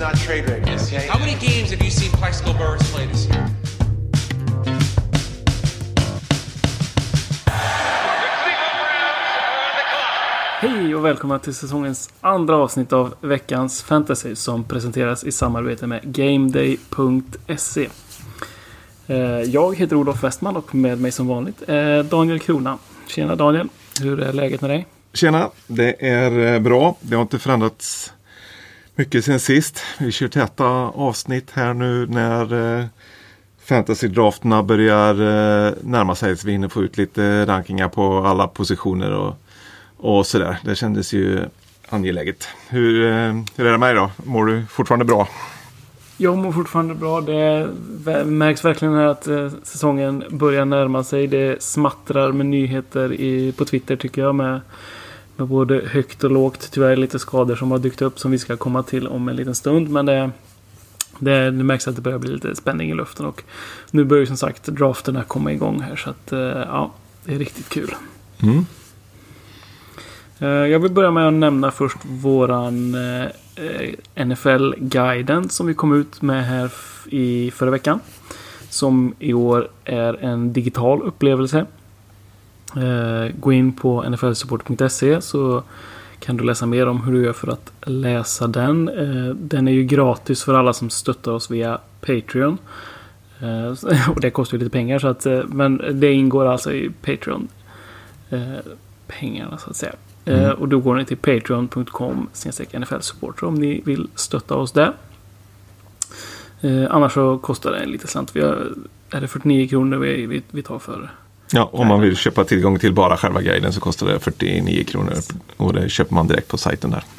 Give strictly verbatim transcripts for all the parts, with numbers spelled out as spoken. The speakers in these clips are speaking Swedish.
on trade readiness. Yeah. How many games have you seen Plexico Burris play this year? Hej och välkomna till säsongens andra avsnitt av veckans fantasy som presenteras i samarbete med gameday punkt se. Jag heter Olof Westman och med mig som vanligt är Daniel Krona. Tjena Daniel, hur är läget med dig? Tjena, det är bra. Det har inte förändrats mycket sen sist. Vi kör täta avsnitt här nu när fantasy-drafterna börjar närma sig. Så vi hinner få ut lite rankingar på alla positioner och Och sådär, det kändes ju angeläget. Hur, hur är det med dig då? Mår du fortfarande bra? Jag mår fortfarande bra. Det märks verkligen här att säsongen börjar närma sig. Det smattrar med nyheter i, på Twitter tycker jag. Med, med både högt och lågt. Tyvärr lite skador som har dykt upp som vi ska komma till om en liten stund. Men det, det, det märks att det börjar bli lite spänning i luften. Och nu börjar som sagt drafterna komma igång här. Så att ja, det är riktigt kul. Mm. Jag vill börja med att nämna först våran eh, N F L-guiden som vi kom ut med här i förra veckan. Som i år är en digital upplevelse. Eh, gå in på n f l support punkt se så kan du läsa mer om hur du gör för att läsa den. Eh, den är ju gratis för alla som stöttar oss via Patreon. Eh, och det kostar ju lite pengar så att, eh, men det ingår alltså i Patreon eh, pengarna så att säga. Mm. Uh, och då går ni till patreon punkt com slash n f l support om ni vill stötta oss där. Uh, annars så kostar det lite slant. Vi har, är det fyrtionio kronor vi, vi, vi tar för. Ja, om man vill köpa tillgång till bara själva guiden så kostar det fyrtionio kronor. Och det köper man direkt på sajten där.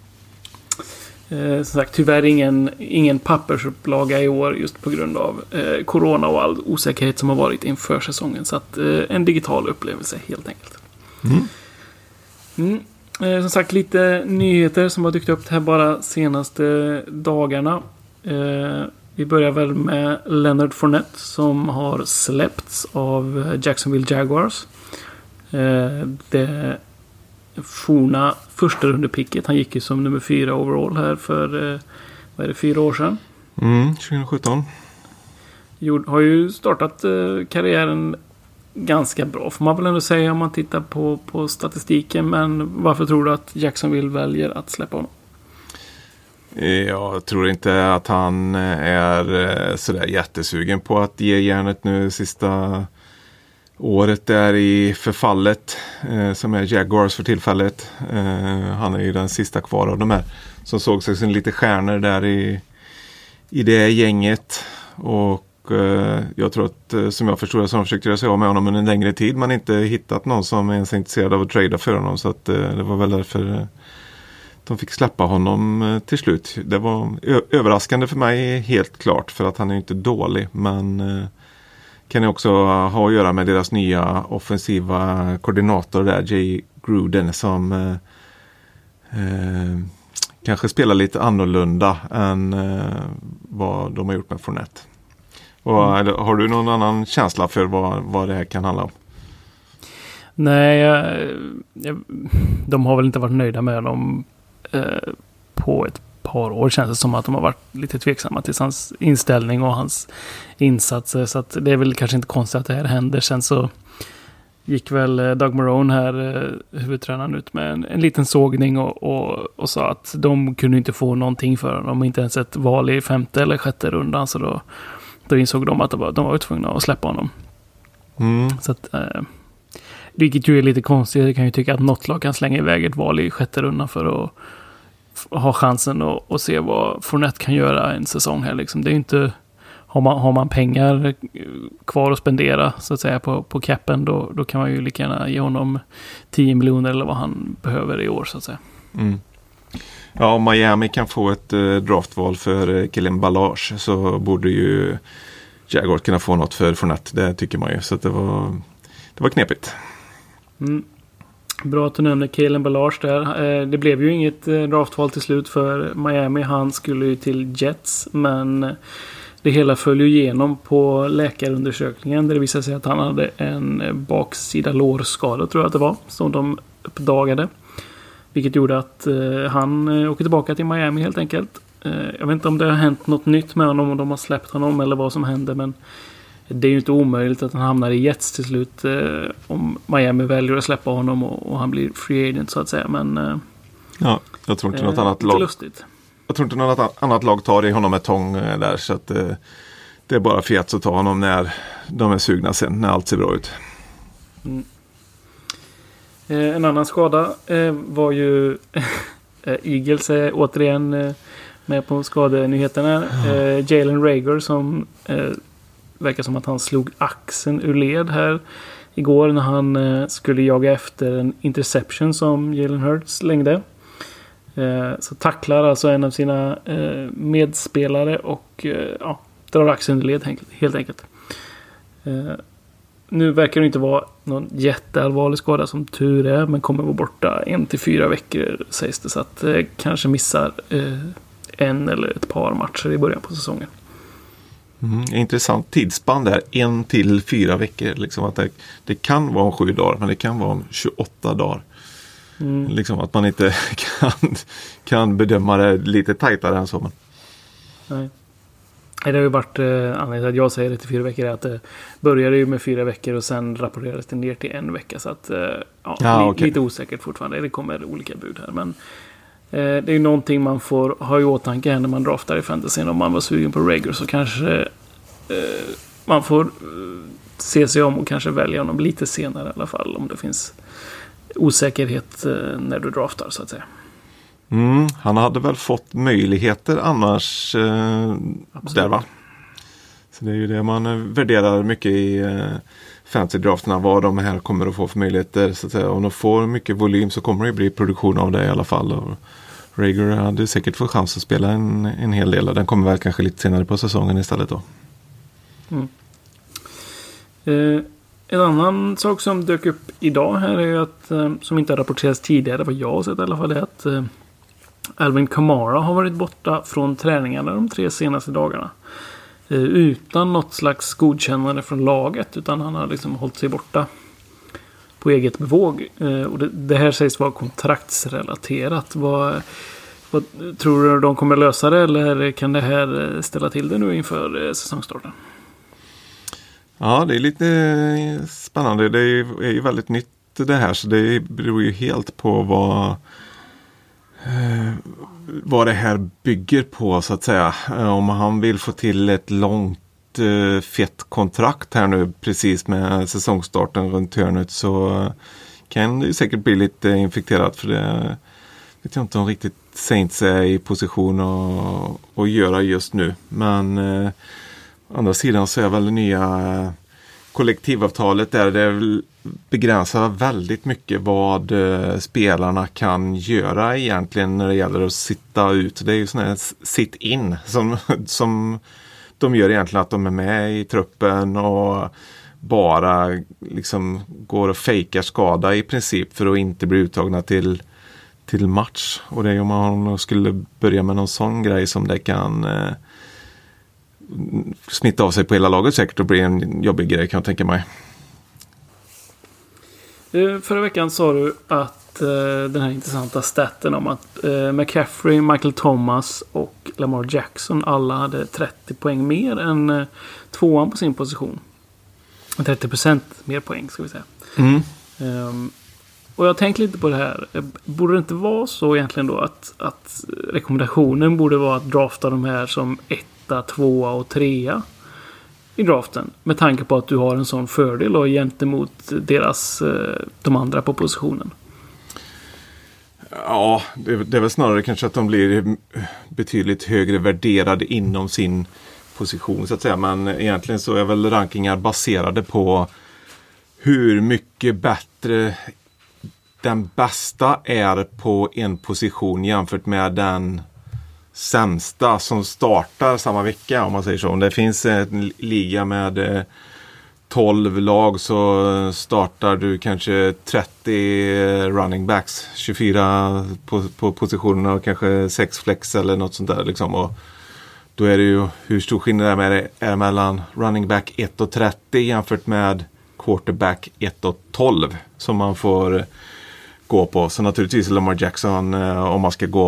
Uh, som sagt, tyvärr ingen, ingen pappersupplaga i år just på grund av uh, corona och all osäkerhet som har varit inför säsongen. Så att uh, en digital upplevelse helt enkelt. Mm. Mm. Eh, som sagt lite nyheter som har dykt upp här bara senaste dagarna. Eh, vi börjar väl med Leonard Fournette som har släppts av Jacksonville Jaguars. Eh, det forna första rundepicket. Han gick ju som nummer fyra overall här för eh, vad är det, fyra år sedan. Mm, tjugohundrasjutton. Gjord, har ju startat eh, karriären ganska bra får man väl ändå säga om man tittar på, på statistiken. Men varför tror du att Jacksonville väljer att släppa honom? Jag tror inte att han är sådär jättesugen på att ge järnet nu sista året där i förfallet som är Jaguars för tillfället. Han är ju den sista kvar av de här som såg sig som lite stjärnor där i, i det gänget. Och jag tror att, som jag förstår det, så de försökte göra sig av med honom under en längre tid men inte hittat någon som ens är intresserad av att trada för honom, så att det var väl därför de fick släppa honom till slut. Det var ö- överraskande för mig helt klart, för att han är inte dålig, men kan ju också ha att göra med deras nya offensiva koordinator där, Jay Gruden, som eh, eh, kanske spelar lite annorlunda än eh, vad de har gjort med Fournette. Och, eller, har du någon annan känsla för vad, vad det här kan handla om? Nej, jag, jag, de har väl inte varit nöjda med dem eh, på ett par år. Känns det som att de har varit lite tveksamma till hans inställning och hans insatser. Så att det är väl kanske inte konstigt att det här händer. Sen så gick väl Doug Marrone här, huvudtränaren, ut med en, en liten sågning och, och, och sa att de kunde inte få någonting för honom. Inte ens ett val i femte eller sjätte rundan. Så då Då insåg de att de var, de var tvungna att släppa honom. Mm. Så att, eh, vilket ju är lite konstigt. Jag kan ju tycka att något lag kan slänga iväg ett val i sjätte rundan för att f- ha chansen och, och se vad Fournette kan göra en säsong här. Liksom. Det är ju inte, har man, har man pengar kvar att spendera så att säga på, på capen, då, då kan man ju lika gärna ge honom tio miljoner eller vad han behöver i år så att säga. Mm. Ja, om Miami kan få ett eh, draftval för eh, Kellen Ballage så borde ju Jaguars kunna få något för Fournette. Det tycker man ju. Så att det var, det var knepigt. Mm. Bra att du nämner Kellen Ballage där. Eh, det blev ju inget eh, draftval till slut för Miami. Han skulle ju till Jets, men det hela föll ju igenom på läkarundersökningen där det visade sig att han hade en baksida lårskada, tror jag att det var, som de uppdagade. Vilket gjorde att eh, han eh, åker tillbaka till Miami helt enkelt. Jag vet inte om det har hänt något nytt med honom, om de har släppt honom eller vad som händer, men det är ju inte omöjligt att han hamnar i Jets till slut om Miami väljer att släppa honom och, och han blir free agent så att säga, men ja, jag tror inte något eh, annat lag lustigt. Jag tror inte något annat lag tar i honom med tång där, så att eh, det är bara Fiat att ta honom när de är sugna sen, när allt ser bra ut. Mm. Eh, en annan skada eh, var ju Eagles är återigen eh, med på skadenyheterna. Eh, Jalen Reagor som eh, verkar som att han slog axeln ur led här igår när han eh, skulle jaga efter en interception som Jalen Hurts slängde. Eh, så tacklar alltså en av sina eh, medspelare och eh, ja, drar axeln ur led helt enkelt. Eh, nu verkar det inte vara någon jätteallvarlig skada som tur är, men kommer vara borta en till fyra veckor sägs det, så att eh, kanske missar eh, en eller ett par matcher i början på säsongen. Mm, intressant tidsspann där, en till fyra veckor. Liksom att det, det kan vara sju dagar, men det kan vara tjugoåtta dagar. Mm. Liksom att man inte kan, kan bedöma det lite tajtare än så. Men. Nej. Det har ju varit eh, anledningen till att jag säger det till fyra veckor är att det började ju med fyra veckor och sen rapporterades det ner till en vecka, så att eh, ja, ja, li- okay. lite osäkert fortfarande. Det kommer olika bud här, men eh, det är ju någonting man får ha i åtanke här när man draftar i fantasyn. Om man var sugen på Reagor så kanske eh, man får eh, se sig om och kanske välja honom lite senare i alla fall, om det finns osäkerhet eh, när du draftar så att säga. Mm, han hade väl fått möjligheter annars eh, där, va? Så det är ju det man värderar mycket i eh, fantasy-drafterna, vad de här kommer att få för möjligheter. Så att säga. Om de får mycket volym så kommer det bli produktion av det i alla fall. Och Reagor hade säkert fått chans att spela en, en hel del. Den kommer väl kanske lite senare på säsongen istället då. Mm. Eh, en annan sak som dök upp idag här är ju att, eh, som inte har rapporterats tidigare, vad jag har sett i alla fall, är att eh, Alvin Kamara har varit borta från träningarna de tre senaste dagarna. Eh, utan något slags godkännande från laget, utan han har liksom hållit sig borta på eget bevåg. Eh, och det, det här sägs vara kontraktsrelaterat. Vad, vad tror du de kommer lösa det, eller kan det här ställa till det nu inför eh, säsongstarten? Ja, det är lite spännande. Det är ju, är ju väldigt nytt det här, så det beror ju helt på vad eh, vad det här bygger på så att säga. Om han vill få till ett långt eh, fett kontrakt här nu precis med säsongstarten runt hörnet, så kan det ju säkert bli lite infekterat, för det vet jag inte om riktigt Saints är i position att, att göra just nu. Men eh, å andra sidan så är väl det nya kollektivavtalet där det begränsar väldigt mycket vad eh, spelarna kan göra egentligen när det gäller att sitta ut. Det är ju sån här sit-in som, som de gör egentligen, att de är med i truppen och bara liksom går och fejkar skada i princip för att inte bli uttagna till, till match. Och det är ju om man skulle börja med någon sån grej som det kan eh, smitta av sig på hela laget säkert och bli en jobbig grej, kan jag tänka mig. Förra veckan sa du att uh, den här intressanta staten om att uh, McCaffrey, Michael Thomas och Lamar Jackson alla hade trettio poäng mer än uh, tvåan på sin position. trettio procent mer poäng ska vi säga. Mm. Um, och jag har tänkt lite på det här. Borde det inte vara så egentligen då att, att rekommendationen borde vara att drafta de här som etta, tvåa och trea i draften, med tanke på att du har en sån fördel och gentemot deras, de andra på positionen? Ja, det är, det är väl snarare kanske att de blir betydligt högre värderade inom sin position så att säga, men egentligen så är väl rankingar baserade på hur mycket bättre den bästa är på en position jämfört med den sämsta som startar samma vecka, om man säger så. Om det finns en liga med tolv lag så startar du kanske trettio running backs, tjugofyra på, på positionerna och kanske sex flex eller något sånt där liksom. Och då är det ju hur stor skillnad är det är mellan running back ett och trettio jämfört med quarterback ett och tolv som man får gå på. Så naturligtvis Lamar Jackson, om man ska gå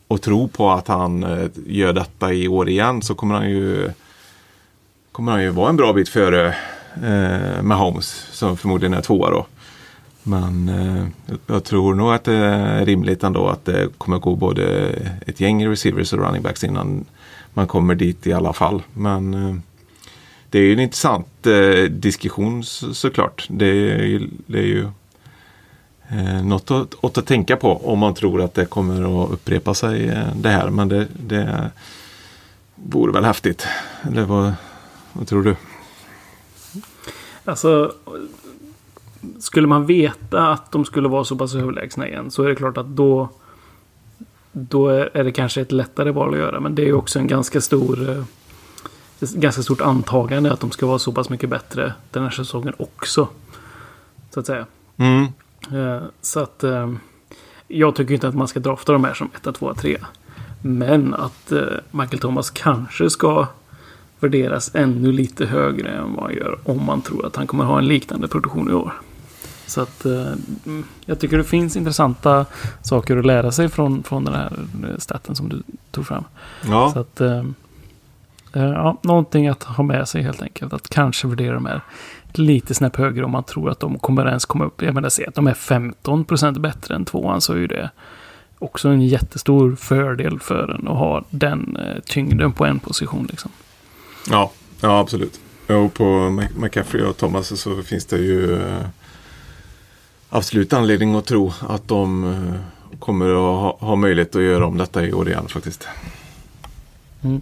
och tro på att han eh, gör detta i år igen, så kommer han ju kommer han ju vara en bra bit före eh, Mahomes, som förmodligen är tvåa då. Men eh, jag tror nog att det är rimligt ändå att det kommer gå både ett gäng receivers och running backs innan man kommer dit i alla fall. Men eh, det är ju en intressant eh, diskussion så, såklart. Det är ju, det är ju eh, något att, att, att tänka på om man tror att det kommer att upprepa sig eh, det här. Men det, det vore väl häftigt. Eller vad, vad tror du? Alltså, skulle man veta att de skulle vara så pass överlägsna igen, så är det klart att då då är det kanske ett lättare val att göra. Men det är ju också en ganska stor ganska stort antagande att de ska vara så pass mycket bättre den här säsongen också, så att säga. Mm. Så att jag tycker inte att man ska drafta de här som ett, två, tre. Men att Michael Thomas kanske ska värderas ännu lite högre än vad han gör om man tror att han kommer ha en liknande produktion i år. Så att jag tycker det finns intressanta saker att lära sig från, från den här staten som du tog fram. Ja. Så att ja, någonting att ha med sig helt enkelt. Att kanske värdera de här lite snäpp högre om man tror att de kommer ens komma upp. Jag menar, se att de är femton procent bättre än tvåan, så är ju det också en jättestor fördel för en att ha den tyngden på en position liksom. Ja, ja absolut. Och på McCaffrey och Thomas så finns det ju eh, absolut anledning att tro att de eh, kommer att ha, ha möjlighet att göra om detta i år igen faktiskt. Mm.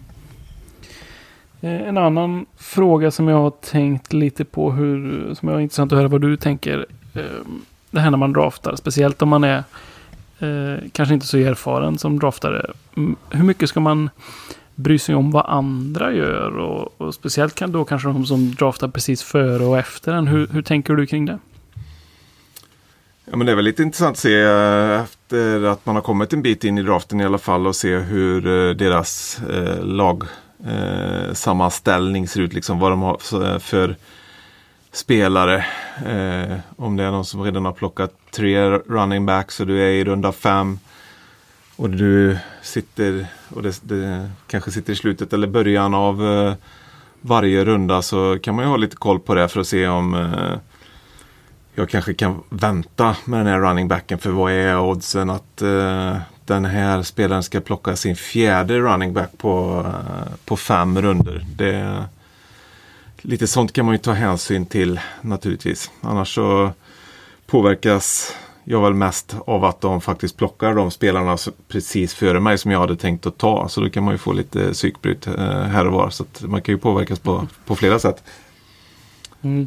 En annan fråga som jag har tänkt lite på, hur, som jag är intressant att höra vad du tänker. Eh, det här när man draftar, speciellt om man är eh, kanske inte så erfaren som draftare. Hur mycket ska man bry sig om vad andra gör, och, och speciellt kan då kanske de som draftar precis före och efter en. Hur, hur tänker du kring det? Ja, men det är väl lite intressant att se efter att man har kommit en bit in i draften i alla fall, och se hur deras eh, lag eh, sammanställning ser ut, liksom vad de har för spelare. Eh, om det är någon som redan har plockat tre running backs och du är i runda fem och du sitter och det, det kanske sitter i slutet eller början av eh, varje runda, så kan man ju ha lite koll på det för att se om eh, jag kanske kan vänta med den här running backen, för vad är oddsen att eh, den här spelaren ska plocka sin fjärde running back på, eh, på fem runder. Det, lite sånt kan man ju ta hänsyn till naturligtvis. Annars så påverkas jag väl mest av att de faktiskt plockar de spelarna precis före mig som jag hade tänkt att ta. Så då kan man ju få lite psykbryt eh, här och var. Så att man kan ju påverkas på, på flera sätt. Mm.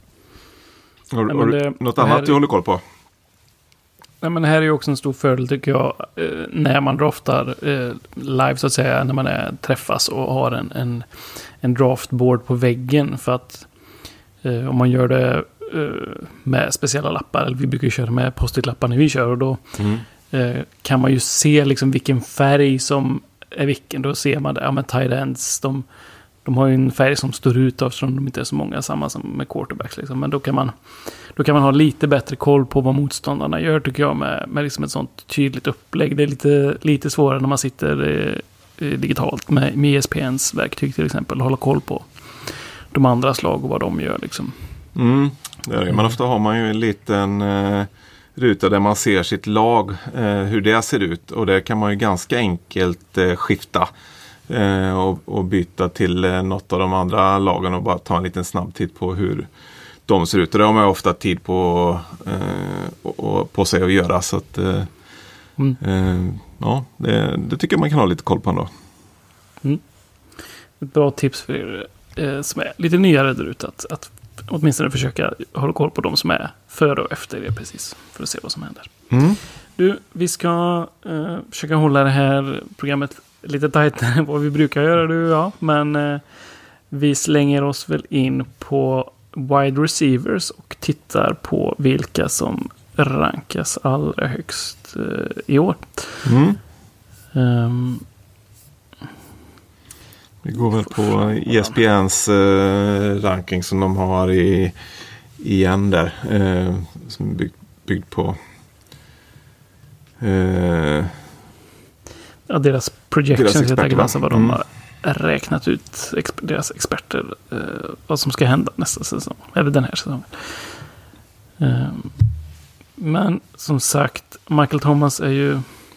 Har, Nej, har det, du något annat här, du håller koll på? Nej, men det här är ju också en stor fördel tycker jag, eh, när man draftar eh, live så att säga, när man är, träffas och har en, en, en draftboard på väggen. För att eh, om man gör det eh, med speciella lappar, eller vi brukar ju köra med post-it-lappar när vi kör, och då mm. eh, kan man ju se liksom vilken färg som är vilken. Då ser man det, ja men tight ends, de De har ju en färg som står ut eftersom de inte är så många, samma som med quarterbacks. Liksom. Men då kan, man, då kan man ha lite bättre koll på vad motståndarna gör, tycker jag, med, med liksom ett sånt tydligt upplägg. Det är lite, lite svårare när man sitter eh, digitalt med, med E S P N:s verktyg till exempel. Hålla koll på de andra slag och vad de gör. Liksom. Mm, det är det. Men ofta har man ju en liten eh, ruta där man ser sitt lag, eh, hur det ser ut. Och det kan man ju ganska enkelt eh, skifta. Eh, och, och byta till eh, något av de andra lagen och bara ta en liten snabb titt på hur de ser ut. Och det har man ofta tid på, eh, och, och på sig att göra. Så att, eh, mm. eh, ja, det, det tycker jag man kan ha lite koll på ändå. Mm. Ett bra tips för er eh, som är lite nyare där ute, att, att åtminstone försöka hålla koll på de som är före och efter det precis, för att se vad som händer. Mm. Du, vi ska eh, försöka hålla det här programmet lite tajtare än vad vi brukar göra, du ja. Men eh, vi slänger oss väl in på wide receivers och tittar på vilka som rankas allra högst eh, i år. Mm. Um, vi går väl på E S P N:s eh, ranking som de har i igen där. Eh, som är byggt, byggt på... Eh, ja, deras projections, deras experter, alltså vad de mm. har räknat ut, exp- deras experter, eh, vad som ska hända nästa säsong, eller den här säsongen. Eh, men som sagt, Michael Thomas är ju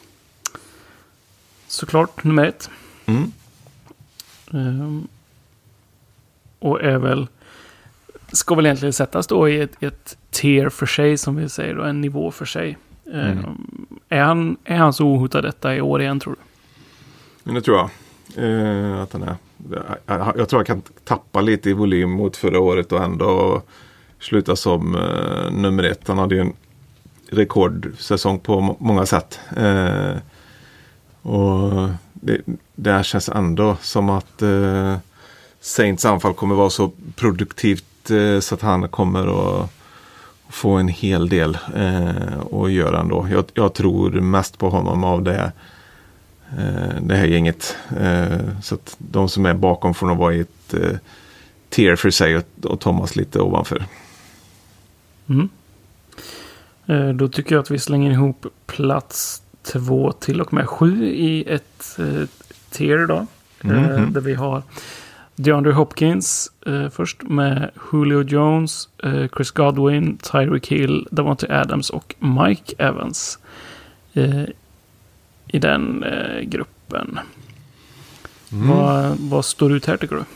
såklart nummer ett. Mm. Eh, och är väl, ska väl egentligen sättas då i ett, ett tier för sig, som vi säger då, en nivå för sig. Eh, Mm. är, han, är han så ohotad detta i år igen, tror du? Men det tror jag. Eh, att han är. Jag, jag tror jag kan tappa lite i volym mot förra året och ändå sluta som eh, nummer ett. Han hade ju en rekordsäsong på må- många sätt. Eh, och det, det här känns ändå som att eh, Saints anfall kommer vara så produktivt eh, så att han kommer att få en hel del eh, och göra ändå. Jag, jag tror mest på honom av det eh, det här gänget. Eh, så att de som är bakom får nog vara i ett eh, tier för sig och, och Thomas lite ovanför. Mm. Eh, då tycker jag att vi slänger ihop plats två till och med sju i ett eh, tier då. Mm, Eh, mm. där vi har DeAndre Hopkins eh, först med Julio Jones, eh, Chris Godwin, Tyreek Hill, Davante Adams och Mike Evans eh, i den eh, gruppen. Mm. Vad, vad står ut här, tycker du?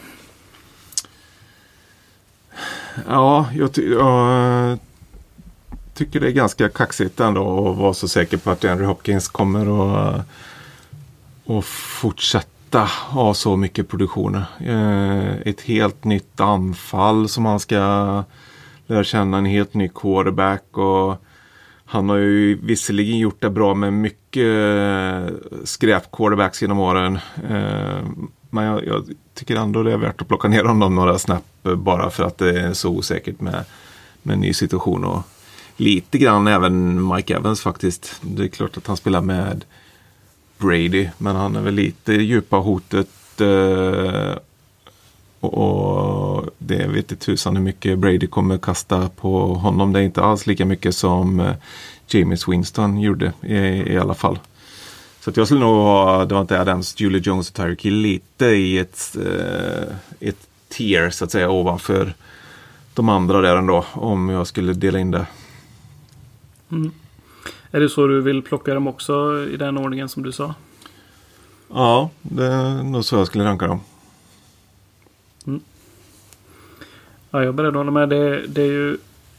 Ja, jag, ty- jag tycker det är ganska kaxigt ändå att vara så säker på att DeAndre Hopkins kommer att, att fortsätta ha så mycket produktioner. Ett helt nytt anfall som han ska lära känna, en helt ny quarterback, och han har ju visserligen gjort det bra med mycket skräp quarterbacks genom åren. Men jag, jag tycker ändå det är värt att plocka ner honom några snäpp bara för att det är så osäkert med, med en ny situation. Och lite grann även Mike Evans faktiskt. Det är klart att han spelar med Brady, men han är väl lite djupa hotet. Eh, och, och det vet inte tusan hur mycket Brady kommer kasta på honom. Det är inte alls lika mycket som eh, Jameis Winston gjorde i, i alla fall. Så att jag skulle nog ha, det var inte Adams, Julio Jones och Tyreek Hill lite i ett, eh, ett tier så att säga ovanför de andra där ändå, om jag skulle dela in det. Mm. Är det så du vill plocka dem också i den ordningen som du sa? Ja, det är nog så jag skulle ranka dem. Mm. Ja, jag är beredd att hålla med. Det, det är ju...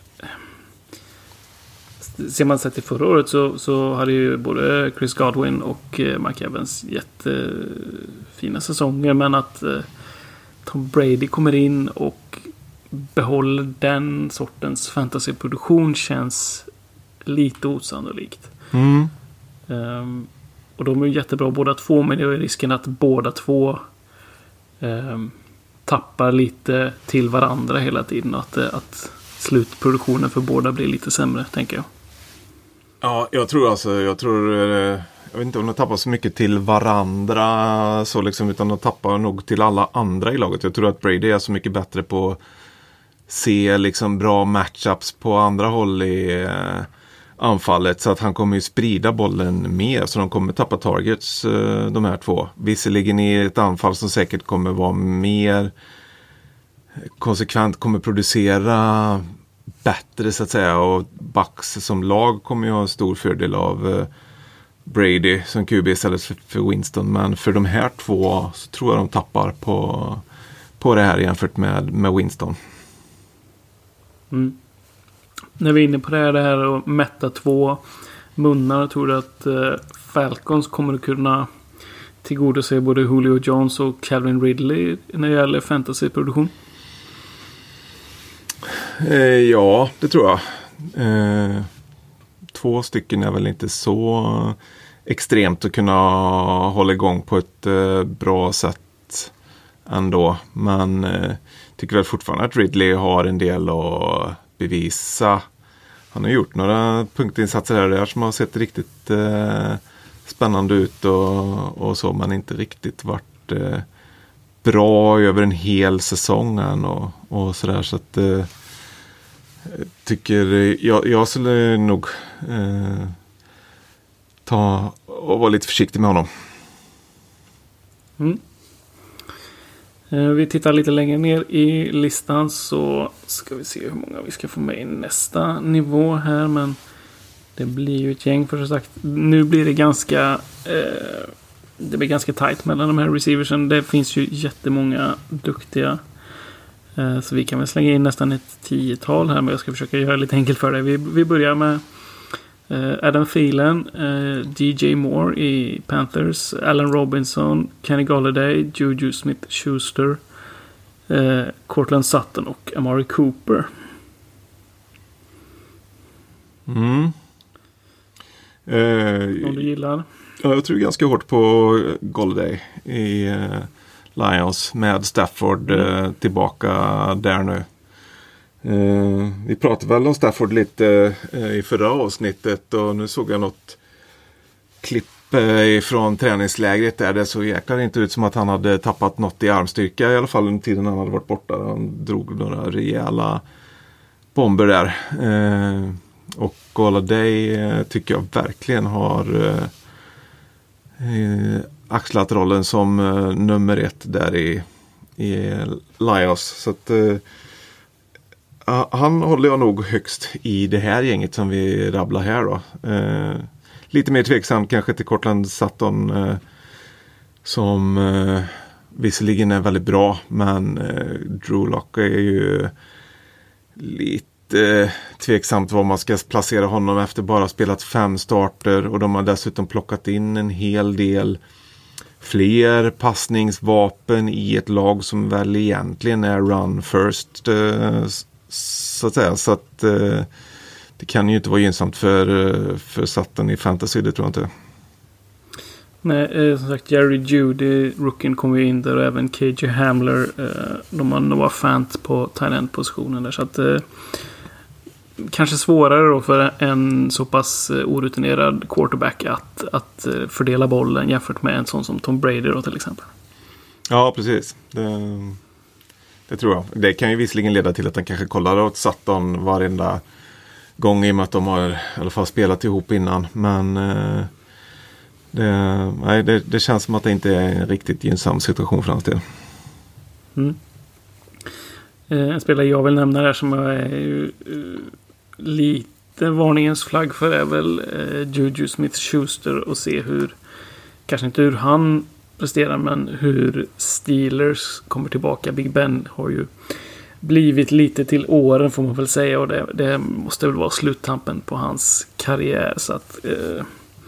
Ser man sett i förra året så, så hade ju både Chris Godwin och Mike Evans jättefina säsonger. Men att eh, Tom Brady kommer in och behåller den sortens fantasyproduktion känns lite osannolikt. Mm. Um, och de är ju jättebra båda två, men det är risken att båda två um, tappar lite till varandra hela tiden. Att, att slutproduktionen för båda blir lite sämre, tänker jag. Ja, jag tror alltså, jag tror, jag vet inte om de tappar så mycket till varandra så liksom, utan de tappar nog till alla andra i laget. Jag tror att Brady är så mycket bättre på att se liksom bra matchups på andra håll i eh, anfallet, så att han kommer ju sprida bollen mer, så de kommer tappa targets eh, de här två. Visserligen i ett anfall som säkert kommer vara mer konsekvent, kommer producera bättre så att säga, och Bucks som lag kommer ju ha en stor fördel av eh, Brady som Q B istället för, för Winston, men för de här två så tror jag de tappar på, på det här jämfört med, med Winston. Mm. När vi är inne på det här, det här och mätta två munnar, tror du att eh, Falcons kommer att kunna tillgodose både Julio Jones och Calvin Ridley när det gäller fantasyproduktion? Eh, ja, det tror jag. Eh, två stycken är väl inte så extremt att kunna hålla igång på ett eh, bra sätt ändå. Men eh, tycker väl fortfarande att Ridley har en del att bevisa. Han har gjort några punktinsatser här och där som har sett riktigt eh, spännande ut och, och så, men inte riktigt varit eh, bra över en hel säsong än och, och sådär, så att eh, tycker jag, jag skulle nog eh, ta och vara lite försiktig med honom. Mm. Vi tittar lite längre ner i listan så ska vi se hur många vi ska få med i nästa nivå här. Men det blir ju ett gäng för så sagt. Nu blir det ganska eh, det blir ganska tight mellan de här receiversen. Det finns ju jättemånga duktiga. Eh, så vi kan väl slänga in nästan ett tiotal här. Men jag ska försöka göra det lite enkelt för dig. Vi, vi börjar med eh, Adam Thielen, eh, D J Moore i Panthers, Allen Robinson, Kenny Golladay, Juju Smith-Schuster, eh, Cortland Sutton och Amari Cooper. Mm. Eh, Om du gillar. Ja, jag tror ganska hårt på Golladay i eh, Lions med Stafford eh, tillbaka där nu. Eh, vi pratade väl om Stafford lite eh, i förra avsnittet och nu såg jag något klipp eh, från träningslägret där det så jäklar inte ut som att han hade tappat något i armstyrka i alla fall under tiden han hade varit borta. Han drog några rejäla bomber där. Eh, och Golladay eh, tycker jag verkligen har eh, eh, axlat rollen som eh, nummer ett där i, i Lions. Så att eh, han håller jag nog högst i det här gänget som vi rabblar här då. Eh, lite mer tveksam kanske till Cortland Sutton eh, som eh, visserligen är väldigt bra men eh, Drew Lock är ju lite eh, tveksamt vad man ska placera honom efter bara spelat fem starter och de har dessutom plockat in en hel del fler passningsvapen i ett lag som väl egentligen är run first eh, så att säga. Så att eh, det kan ju inte vara gynnsamt för, för Sutton i fantasy, det tror jag inte. Nej, eh, som sagt, Jerry Jeudy, rookien, kommer ju in där och även K J Hamler. Eh, de har Noah Fant på tight end-positionen där. Så att eh, kanske svårare då för en så pass orutinerad quarterback att, att fördela bollen jämfört med en sån som Tom Brady då till exempel. Ja, precis. Det, det tror jag. Det kan ju visserligen leda till att han kanske kollar åt Sutton varenda gång i och med att de har i alla fall spelat ihop innan. Men eh, det, nej, det, det känns som att det inte är en riktigt gynnsam situation för hans del. Mm. En spelare jag vill nämna där som jag är ju, uh, lite varningens flagg för är väl uh, Juju Smith-Schuster och se hur, kanske inte hur han presterar men hur Steelers kommer tillbaka. Big Ben har ju blivit lite till åren får man väl säga och det, det måste väl vara sluttampen på hans karriär så att uh,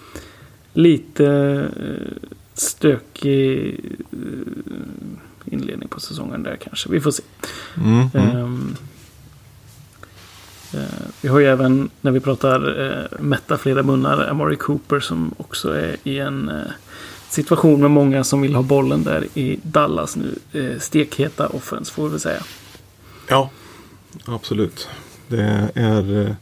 lite uh, stökig uh, inledning på säsongen där kanske. Vi får se. Mm, mm. Um, uh, vi har ju även när vi pratar uh, mätta flera munnar Amari Cooper som också är i en uh, situation med många som vill ha bollen där i Dallas nu. Uh, stekheta offense får vi väl säga. Ja, absolut. Det är uh,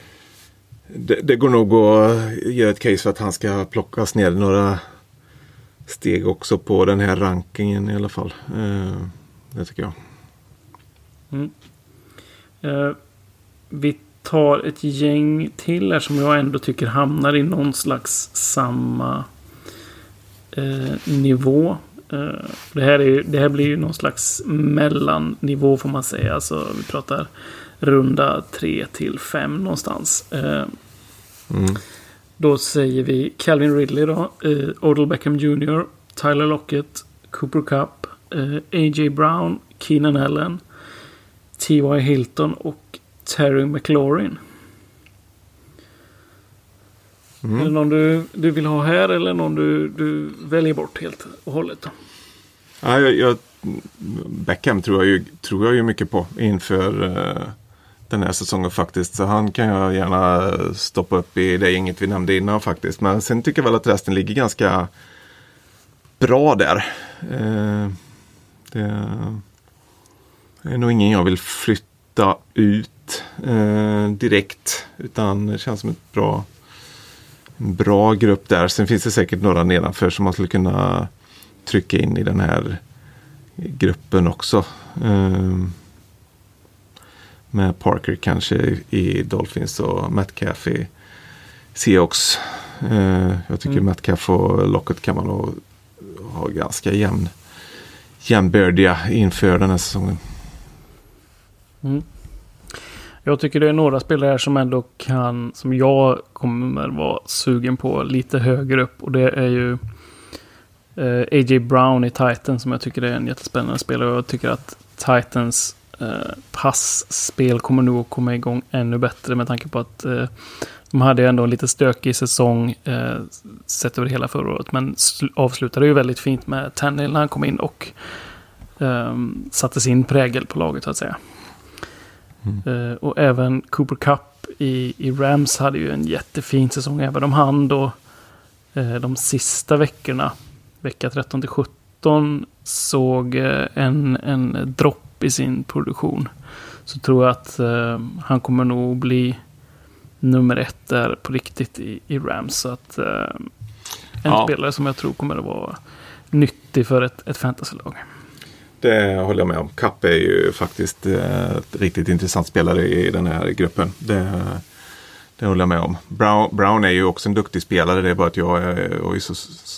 det, det går nog att göra ett case för att han ska plockas ner några steg också på den här rankingen i alla fall. Eh, det tycker jag. Mm. Eh, vi tar ett gäng till här som jag ändå tycker hamnar i någon slags samma eh, nivå. Eh, det, här är, det här blir ju någon slags mellannivå får man säga. Alltså vi pratar runda tre till fem någonstans. Eh, mm. Då säger vi Calvin Ridley då, eh, Odell Beckham junior, Tyler Lockett, Cooper Kupp, eh, A J Brown, Keenan Allen, T Y Hilton och Terry McLaurin. Mm. Är det någon du, du vill ha här eller någon du, du väljer bort helt och hållet då? Ja, jag, jag, Beckham tror jag, ju, tror jag ju mycket på inför uh, den här säsongen faktiskt. Så han kan jag gärna stoppa upp i det inget vi nämnde innan faktiskt. Men sen tycker jag väl att resten ligger ganska bra där. Uh, det är nog ingen jag vill flytta ut uh, direkt. Utan det känns som ett bra, en bra grupp där. Sen finns det säkert några nedanför som man skulle kunna trycka in i den här gruppen också. Uh, med Parker kanske i Dolphins och Metcalf i Seahawks. Uh, jag tycker mm. Metcalf och Lockett kan man nog vara ganska jämn, jämnbördiga inför den här säsongen. Mm. Jag tycker det är några spelare här som ändå kan, som jag kommer vara sugen på lite högre upp, och det är ju eh, A J Brown i Titans, som jag tycker är en jättespännande spelare, och jag tycker att Titans eh, passspel kommer nog att komma igång ännu bättre med tanke på att eh, de hade ändå en lite stökig säsong eh, sett över hela förra året, men sl- avslutade ju väldigt fint med Tannehill när han kom in och eh, satte sin prägel på laget så att säga. Mm. Uh, och även Cooper Kupp i, i Rams hade ju en jättefin säsong, även om han då uh, de sista veckorna, vecka tretton till sjutton, såg uh, en, en dropp i sin produktion. Så tror jag att uh, han kommer nog bli nummer ett där på riktigt i, i Rams. Så att uh, en ja. spelare som jag tror kommer att vara nyttig för ett, ett fantasylag. Det håller jag med om. Kupp är ju faktiskt ett riktigt intressant spelare i den här gruppen. Det, det håller jag med om. Brown, Brown är ju också en duktig spelare. Det är bara att jag är, är så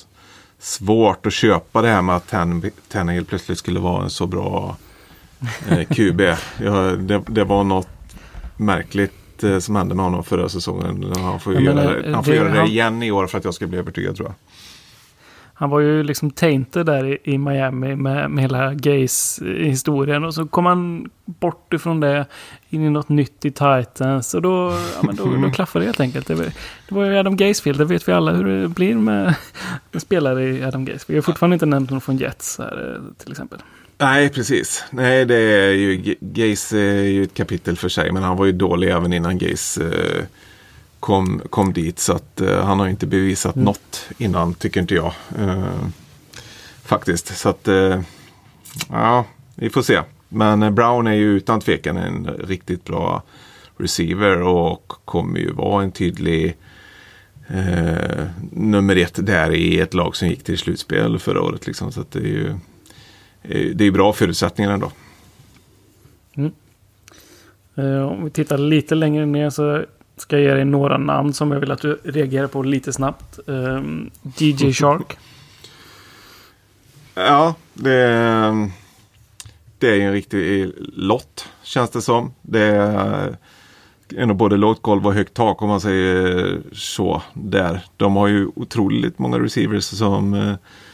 svårt att köpa det här med att Tannehill plötsligt skulle vara en så bra eh, Q B. Jag, det, det var något märkligt eh, som hände med honom förra säsongen. Han får, göra, menar, det, han får det, göra det igen i år för att jag ska bli övertygad, tror jag. Han var ju liksom tainted där i, i Miami med, med hela Gaze-historien. Och så kom han bort ifrån det in i något nytt i Titans. Och då, ja, men då, då klaffade det helt enkelt. Det var, det var ju Adam Gaze-field. Det vet vi alla hur det blir med spelare i Adam Gaze. Vi har fortfarande inte nämnt någon från Jets här, till exempel. Nej, precis. Nej, det är ju, Gaze är ju ett kapitel för sig. Men han var ju dålig även innan Gaze eh, Kom, kom dit, så att uh, han har inte bevisat mm. något innan, tycker inte jag. Uh, faktiskt. Så att, uh, ja, vi får se. Men uh, Brown är ju utan tvekan en riktigt bra receiver och kommer ju vara en tydlig uh, nummer ett där i ett lag som gick till slutspel förra året. Liksom. Så att det är ju det är bra förutsättningar ändå. Mm. Uh, om vi tittar lite längre ner så ska jag ge dig några namn som jag vill att du reagerar på lite snabbt. Um, D J Shark. Ja, det är, det är en riktig lott, känns det som. Det är en av både lågt golv och högt tak, om man säger så där. De har ju otroligt många receivers som eh,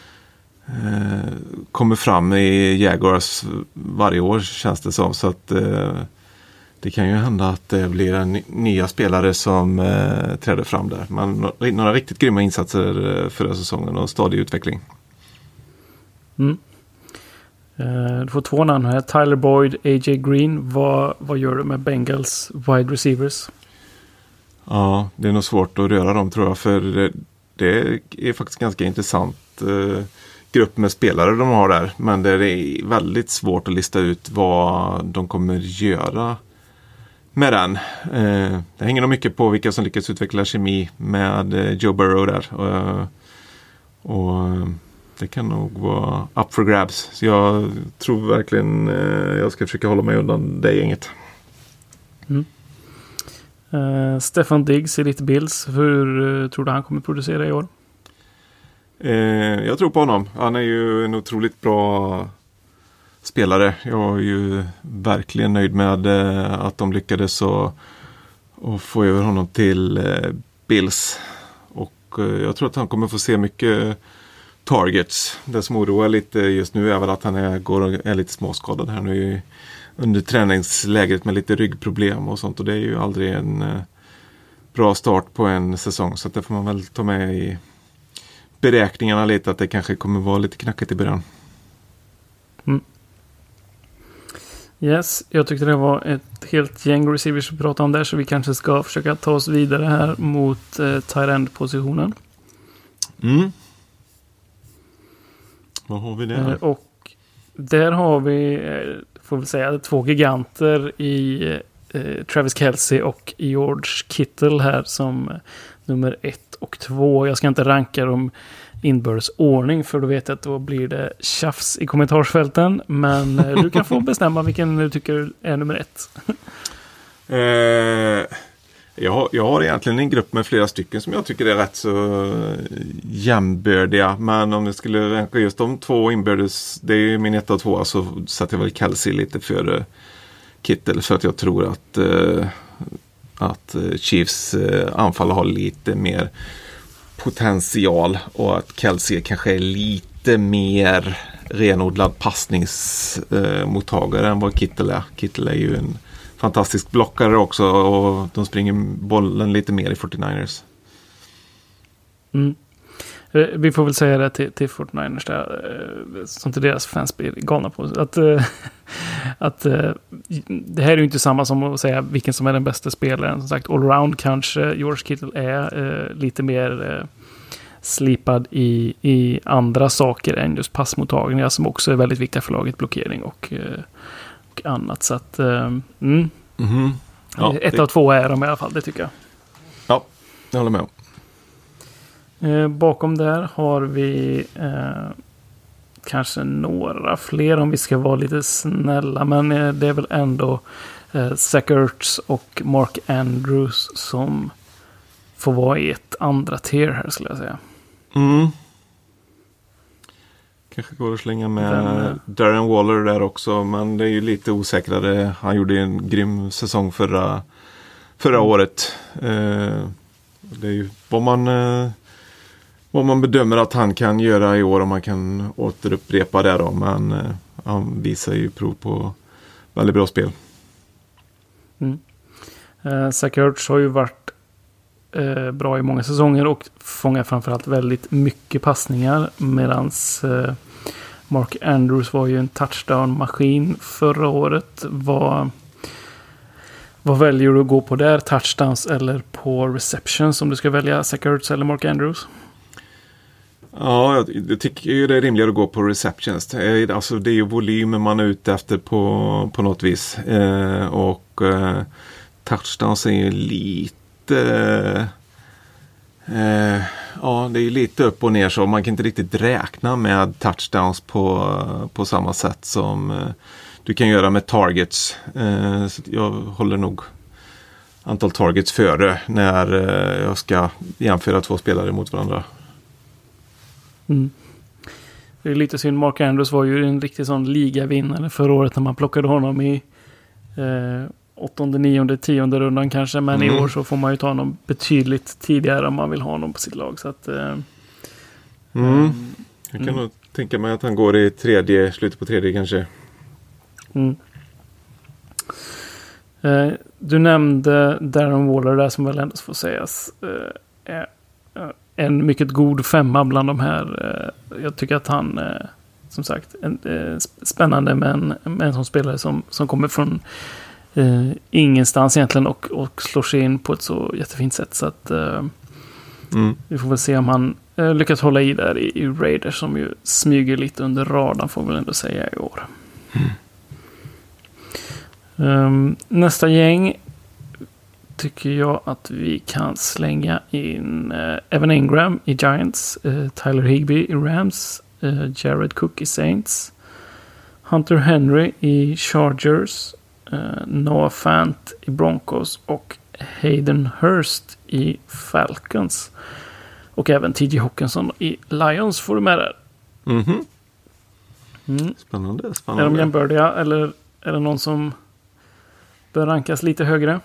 kommer fram i Jaguars varje år, känns det som. Så att eh, det kan ju hända att det blir en nya spelare som eh, träder fram där. Men några riktigt grymma insatser förra säsongen och stadig utveckling. Mm. Uh, du får två namn här. Tyler Boyd, A J Green. Vad, vad gör du med Bengals wide receivers? Ja, det är nog svårt att röra dem, tror jag. För det, det är faktiskt ganska intressant uh, grupp med spelare de har där. Men det är väldigt svårt att lista ut vad de kommer göra med den. Eh, det hänger nog mycket på vilka som lyckas utveckla kemi med eh, Joe Burrow där. Uh, och det kan nog vara up for grabs. Så jag tror verkligen eh, jag ska försöka hålla mig undan det gänget. Mm. Uh, Stefan Diggs i lite Bills. Hur uh, tror du han kommer producera i år? Eh, jag tror på honom. Han är ju en otroligt bra spelare. Jag är ju verkligen nöjd med eh, att de lyckades och, och få över honom till eh, Bills. Och eh, jag tror att han kommer få se mycket targets. Det som oroar lite just nu är väl att han är, går och är lite småskadad här nu under träningsläget med lite ryggproblem och sånt. Och det är ju aldrig en eh, bra start på en säsong. Så att det får man väl ta med i beräkningarna lite, att det kanske kommer vara lite knackigt i början. Mm. Yes, jag tyckte det var ett helt gäng receivers att prata om där, så vi kanske ska försöka ta oss vidare här mot eh, tight end-positionen. Mm. Vad har vi där? Eh, och där har vi, eh, får vi säga, två giganter i eh, Travis Kelce och George Kittle här som eh, nummer ett och två. Jag ska inte ranka dem inbördes ordning, för då vet jag att då blir det tjafs i kommentarsfälten. Men eh, du kan få bestämma vilken du tycker är nummer ett. eh, Jag har, jag har egentligen en grupp med flera stycken som jag tycker är rätt så jämnbördiga. Men om det skulle ranka just de två inbördes, det är ju min ett och två, så sätter jag väl Kelsey lite för Kittel. För att jag tror att, uh, att Chiefs uh, anfall har lite mer potential. Och att Kelsey kanske är lite mer renodlad passningsmottagare uh, än vad Kittel är. Kittel är ju en fantastisk blockare också, och de springer bollen lite mer i fyrtionioers. Mm. Vi får väl säga det till, till fyrtionioers där, som till deras fans blir galna på. Att, att det här är ju inte samma som att säga vilken som är den bästa spelaren. Som sagt, allround kanske George Kittle är lite mer slipad i, i andra saker än just passmottagningar, som också är väldigt viktiga för laget, blockering och och annat, så att mm. Mm-hmm. Ja, ett det... av två är de i alla fall, det tycker jag. Ja, jag håller med om. Eh, bakom där har vi eh, kanske några fler om vi ska vara lite snälla, men eh, det är väl ändå eh, Zach Ertz och Mark Andrews som får vara i ett andra tier här, skulle jag säga. Mm. Kanske går att slänga med Den, Darren Waller där också, men det är ju lite osäkrare. Han gjorde en grym säsong förra, förra mm. året. Eh, det är ju vad man, eh, vad man bedömer att han kan göra i år, om man kan återupprepa det då. Men eh, han visar ju prov på väldigt bra spel. Mm. Eh, Zach Ertz har ju varit eh, bra i många säsonger och fångar framförallt väldigt mycket passningar, medans eh, Mark Andrews var ju en touchdown-maskin förra året. Vad, vad väljer du att gå på där? Touchdowns eller på receptions, om du ska välja Zach Ertz eller Mark Andrews? Ja, jag, jag tycker ju det är rimligare att gå på receptions. Alltså det är ju volymen man är ute efter på, på något vis. Eh, och eh, touchdowns är ju lite... Eh, ja, det är ju lite upp och ner, så man kan inte riktigt räkna med touchdowns på, på samma sätt som eh, du kan göra med targets. Eh, så jag håller nog antal targets före när eh, jag ska jämföra två spelare mot varandra. Mm. Det är lite synd. Mark Andrews var ju en riktig sån ligavinnare förra året när man plockade honom i eh, åttonde, nionde, tionde rundan kanske, men mm. i år så får man ju ta honom betydligt tidigare om man vill ha honom på sitt lag, så att eh, mm. jag kan mm. nog tänka mig att han går i tredje, slutet på tredje kanske. Mm. Eh, du nämnde Darren Waller där, som väl ändå får sägas eh, är en mycket god femma bland de här. Eh, jag tycker att han eh, som sagt en, eh, spännande, men en, en sån spelare som, som kommer från Uh, ingenstans egentligen och, och slår sig in på ett så jättefint sätt, så att uh, mm. vi får väl se om han uh, lyckas hålla i där i, i Raiders, som ju smyger lite under radarn, får vi väl ändå säga, i år. Mm. Um, nästa gäng tycker jag att vi kan slänga in uh, Evan Ingram i Giants, uh, Tyler Higbee i Rams, uh, Jared Cook i Saints, Hunter Henry i Chargers, Uh, Noah Fant i Broncos och Hayden Hurst i Falcons, och även T J Hawkinson i Lions får du med där. Mm-hmm. Mm. Spännande, spännande. Är de jämbördiga, eller är det någon som bör rankas lite högre?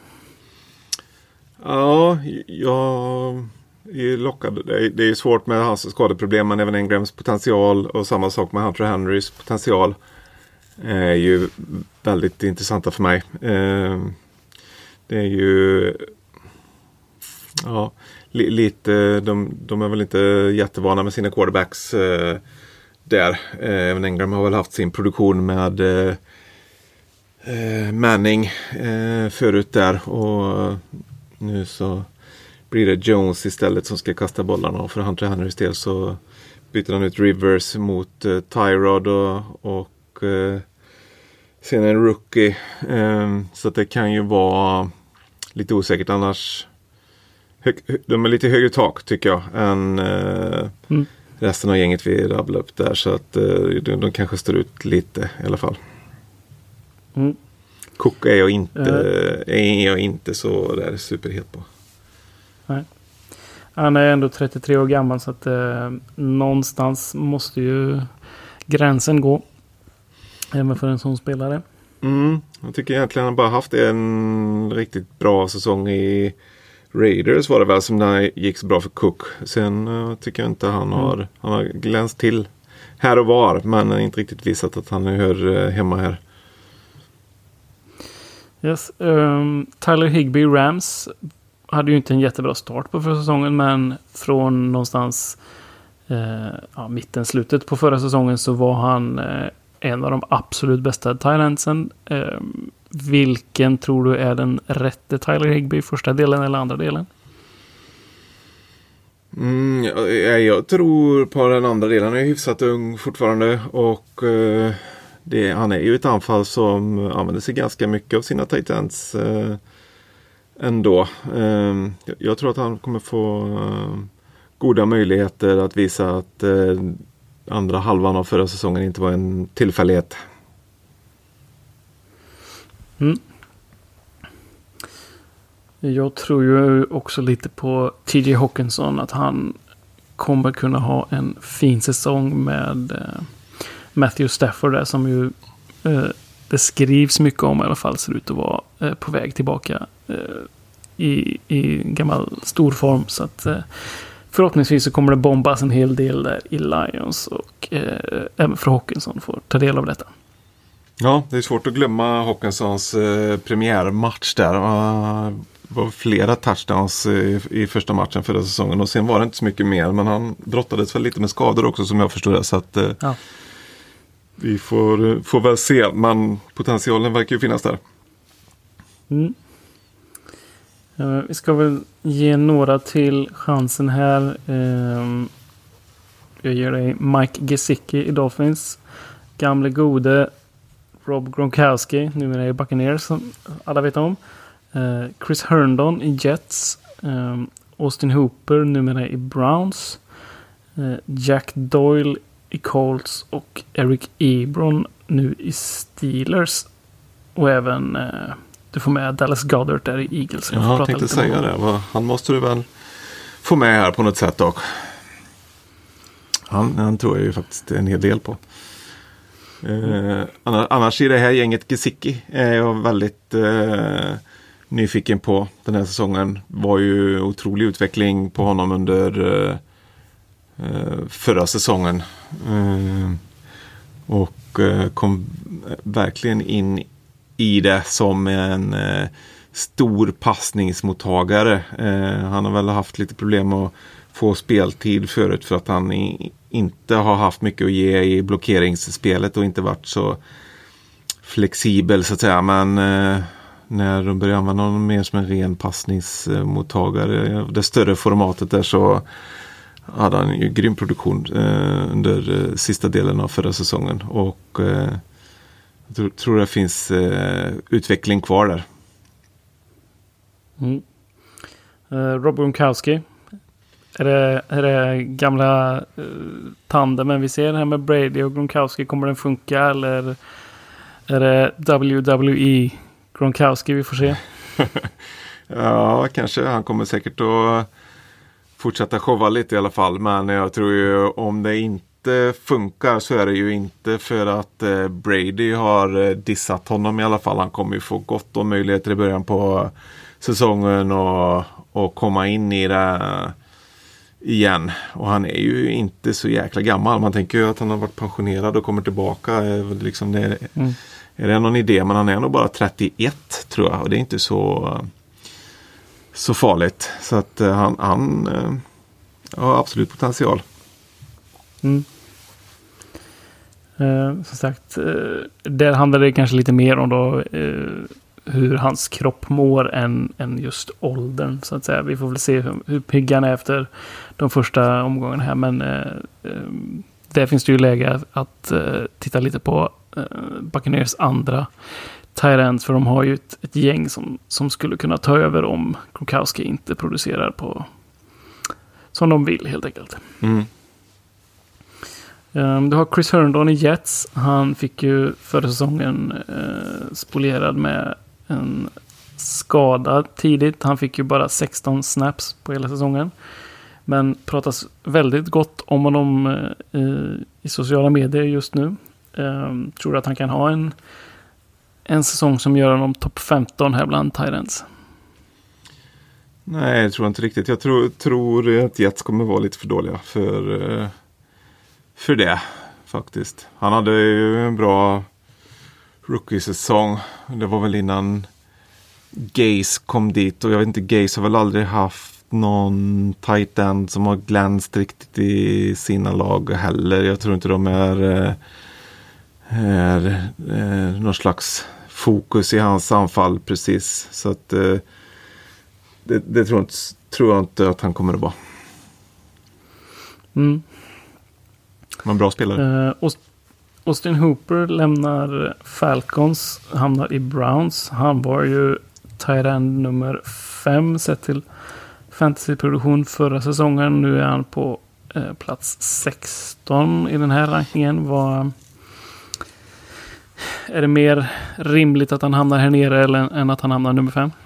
Ja, jag är lockad. Det är svårt med hans skadeproblem, men även Ingrams potential och samma sak med Hunter Henrys potential är ju väldigt intressanta för mig. Det är ju ja, li, lite de, de är väl inte jättevana med sina quarterbacks där. Även Ingram har väl haft sin produktion med Manning förut där, och nu så blir det Jones istället som ska kasta bollarna, och för Hunter Henrys del så byter han ut Rivers mot Tyrod och, och sen en rookie, um, så att det kan ju vara lite osäkert annars. Hö- de är lite högre tak tycker jag än uh, mm. resten av gänget vi rabblar upp där, så att uh, de, de kanske står ut lite i alla fall. Mm. Cook är jag inte, uh. är jag inte så där superhet på. Nej. Han är ändå trettiotre år gammal så att eh, någonstans måste ju gränsen gå. Även för en sån spelare. Mm, jag tycker egentligen han bara haft en riktigt bra säsong i Raiders var det väl som där gick så bra för Cook. Sen uh, tycker jag inte han har, mm. han har glänst till här och var, men inte riktigt visat att han hör uh, hemma här. Yes, um, Tyler Higbee Rams hade ju inte en jättebra start på förra säsongen, men från någonstans uh, ja, mitten, slutet på förra säsongen så var han uh, en av de absolut bästa Thailandsen. Uh, vilken tror du är den rätte Tyler Higbee, första delen eller andra delen? Mm, jag, jag tror på den andra delen. Han är hyfsat ung fortfarande och uh, det, han är ju ett anfall som använder sig ganska mycket av sina tight ends uh, ändå. Uh, jag, jag tror att han kommer få uh, goda möjligheter att visa att uh, andra halvan av förra säsongen inte var en tillfällighet. Mm. Jag tror ju också lite på T J Hawkinson, att han kommer kunna ha en fin säsong med eh, Matthew Stafford där, som ju eh, det skrivs mycket om i alla fall, ser ut att vara eh, på väg tillbaka eh, i, i gammal storform, så att eh, förhoppningsvis så kommer det bombas en hel del där i Lions och eh, även för Hawkinson får ta del av detta. Ja, det är svårt att glömma Hawkinsons eh, premiärmatch där. Det var flera touchdowns i, i första matchen förra säsongen och sen var det inte så mycket mer, men han brottades väl lite med skador också som jag förstår det, så att eh, ja. vi får, får väl se, men potentialen verkar ju finnas där. Mm. Ja, vi ska väl ge några till chansen här. Eh, jag ger dig Mike Gesicki i Dolphins, gamle gode Rob Gronkowski, numera i Buccaneers som alla vet om. Uh, Chris Herndon i Jets. Um, Austin Hooper, numera i Browns. Uh, Jack Doyle i Colts och Eric Ebron nu i Steelers. Och även uh, du får med Dallas Goedert där i Eagles. Jag, jag tänkte säga det. Han måste du väl få med här på något sätt dock. Han, han tror jag ju faktiskt en hel del på. Eh, annars i det här gänget Gesicki är jag väldigt eh, nyfiken på den här säsongen. Var ju otrolig utveckling på honom under eh, förra säsongen eh, och eh, kom verkligen in i det som en eh, stor passningsmottagare. Eh, han har väl haft lite problem att få speltid förut för att han i, inte har haft mycket att ge i blockeringsspelet och inte varit så flexibel så att säga, men eh, när de börjar använda honom mer som en ren passningsmottagare, det större formatet där, så hade han ju grym produktion eh, under eh, sista delen av förra säsongen och eh, jag tror, tror det finns eh, utveckling kvar där. Mm. Uh, Rob Gronkowski. Är det, är det gamla uh, tandemen vi ser här med Brady och Gronkowski? Kommer den funka eller är det W W E Gronkowski vi får se? Ja, kanske. Han kommer säkert att fortsätta showa lite i alla fall. Men jag tror ju om det inte funkar så är det ju inte för att eh, Brady har eh, dissat honom i alla fall. Han kommer ju få gott om möjligheter i början på säsongen och, och komma in i det igen. Och han är ju inte så jäkla gammal. Man tänker ju att han har varit pensionerad och kommer tillbaka. Är, liksom det, mm. är det någon idé? Men han är nog bara trettioett tror jag. Och det är inte så, så farligt. Så att han, han har absolut potential. Mm. Eh, som sagt, eh, där handlar det kanske lite mer om då eh, hur hans kropp mår än, än just åldern så att säga. Vi får väl se hur, hur pigg han är efter de första omgångarna här, men eh, eh, där finns det ju läge att, att eh, titta lite på eh, Buccaneers andra tight ends, för de har ju ett, ett gäng som, som skulle kunna ta över om Gronkowski inte producerar på som de vill helt enkelt. Mm. Um, du har Chris Herndon i Jets. Han fick ju förra säsongen uh, spolerad med en skada tidigt. Han fick ju bara sexton snaps på hela säsongen. Men pratas väldigt gott om honom uh, i sociala medier just nu. Um, tror du att han kan ha en, en säsong som gör honom topp femton här bland tight ends? Nej, jag tror inte riktigt. Jag tror, tror att Jets kommer vara lite för dåliga för, för det faktiskt. Han hade ju en bra rookie-säsong. Det var väl innan Gase kom dit. Och jag vet inte, Gase har väl aldrig haft någon tight end som har glänst riktigt i sina lag heller. Jag tror inte de är, är, är någon slags fokus i hans anfall precis. Så att det, det tror, inte, tror jag inte att han kommer att vara. Mm. Men bra spelare. Uh, Austin Hooper lämnar Falcons, hamnar i Browns. Han var ju tight end nummer fem sett till fantasyproduktion förra säsongen. Nu är han på uh, plats sexton i den här rankingen. Var, är det mer rimligt att han hamnar här nere eller, än att han hamnar nummer fem?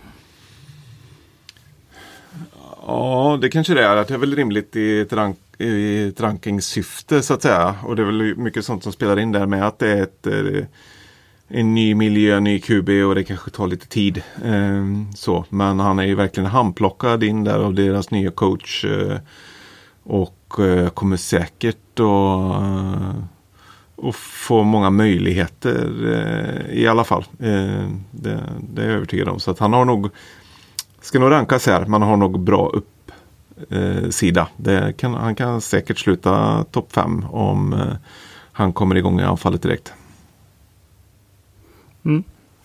Ja, det kanske det är. Det är väl rimligt i ett, rank, i ett rankingsyfte så att säga. Och det är väl mycket sånt som spelar in där med att det är ett, en ny miljö, en ny Q B och det kanske tar lite tid. Så. Men han är ju verkligen handplockad in där av deras nya coach och kommer säkert att och få många möjligheter i alla fall. Det, det är jag övertygad om. Så att han har nog ska nog rankas här. Man har nog bra upp eh, sida. Det kan, han kan säkert sluta topp fem om eh, han kommer igång i anfallet direkt. Mm.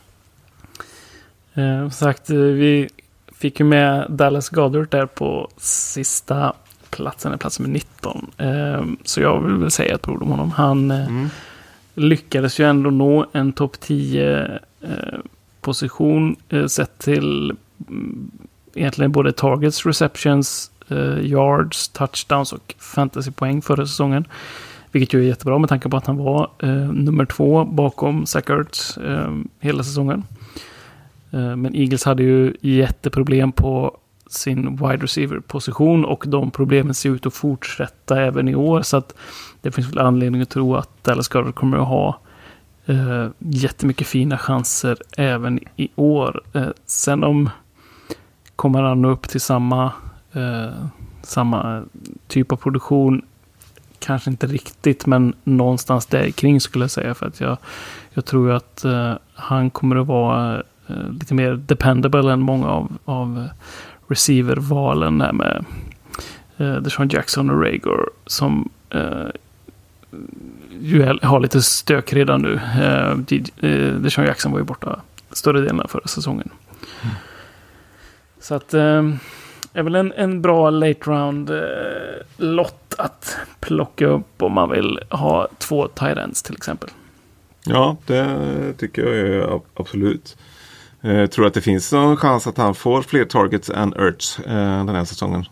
Eh, sagt, vi fick ju med Dallas Goedert där på sista platsen, plats med nitton. Eh, så jag vill väl säga ett ord om honom. Han eh, mm. lyckades ju ändå nå en topp tio eh, position eh, sett till egentligen både targets, receptions, uh, yards, touchdowns och fantasypoäng förra säsongen. Vilket ju är jättebra med tanke på att han var uh, nummer två bakom Zach Ertz uh, hela säsongen. Uh, men Eagles hade ju jätteproblem på sin wide receiver-position och de problemen ser ut att fortsätta även i år. Så att det finns väl anledning att tro att Dallas Goedert kommer att ha uh, jättemycket fina chanser även i år. Uh, sen om kommer han upp till samma eh, samma typ av produktion, kanske inte riktigt, men någonstans där kring skulle jag säga, för att jag, jag tror att eh, han kommer att vara eh, lite mer dependable än många av, av receiver-valen där med eh, Deshaun Jackson och Reagor som eh, ju har lite stök redan nu. Eh, Deshaun Jackson var ju borta större delen av förra säsongen. Mm. Så att eh, är väl en, en bra late round eh, lott att plocka upp om man vill ha två tight ends till exempel. Ja, det tycker jag är absolut. Jag eh, tror att det finns någon chans att han får fler targets än Ertz eh, den här säsongen.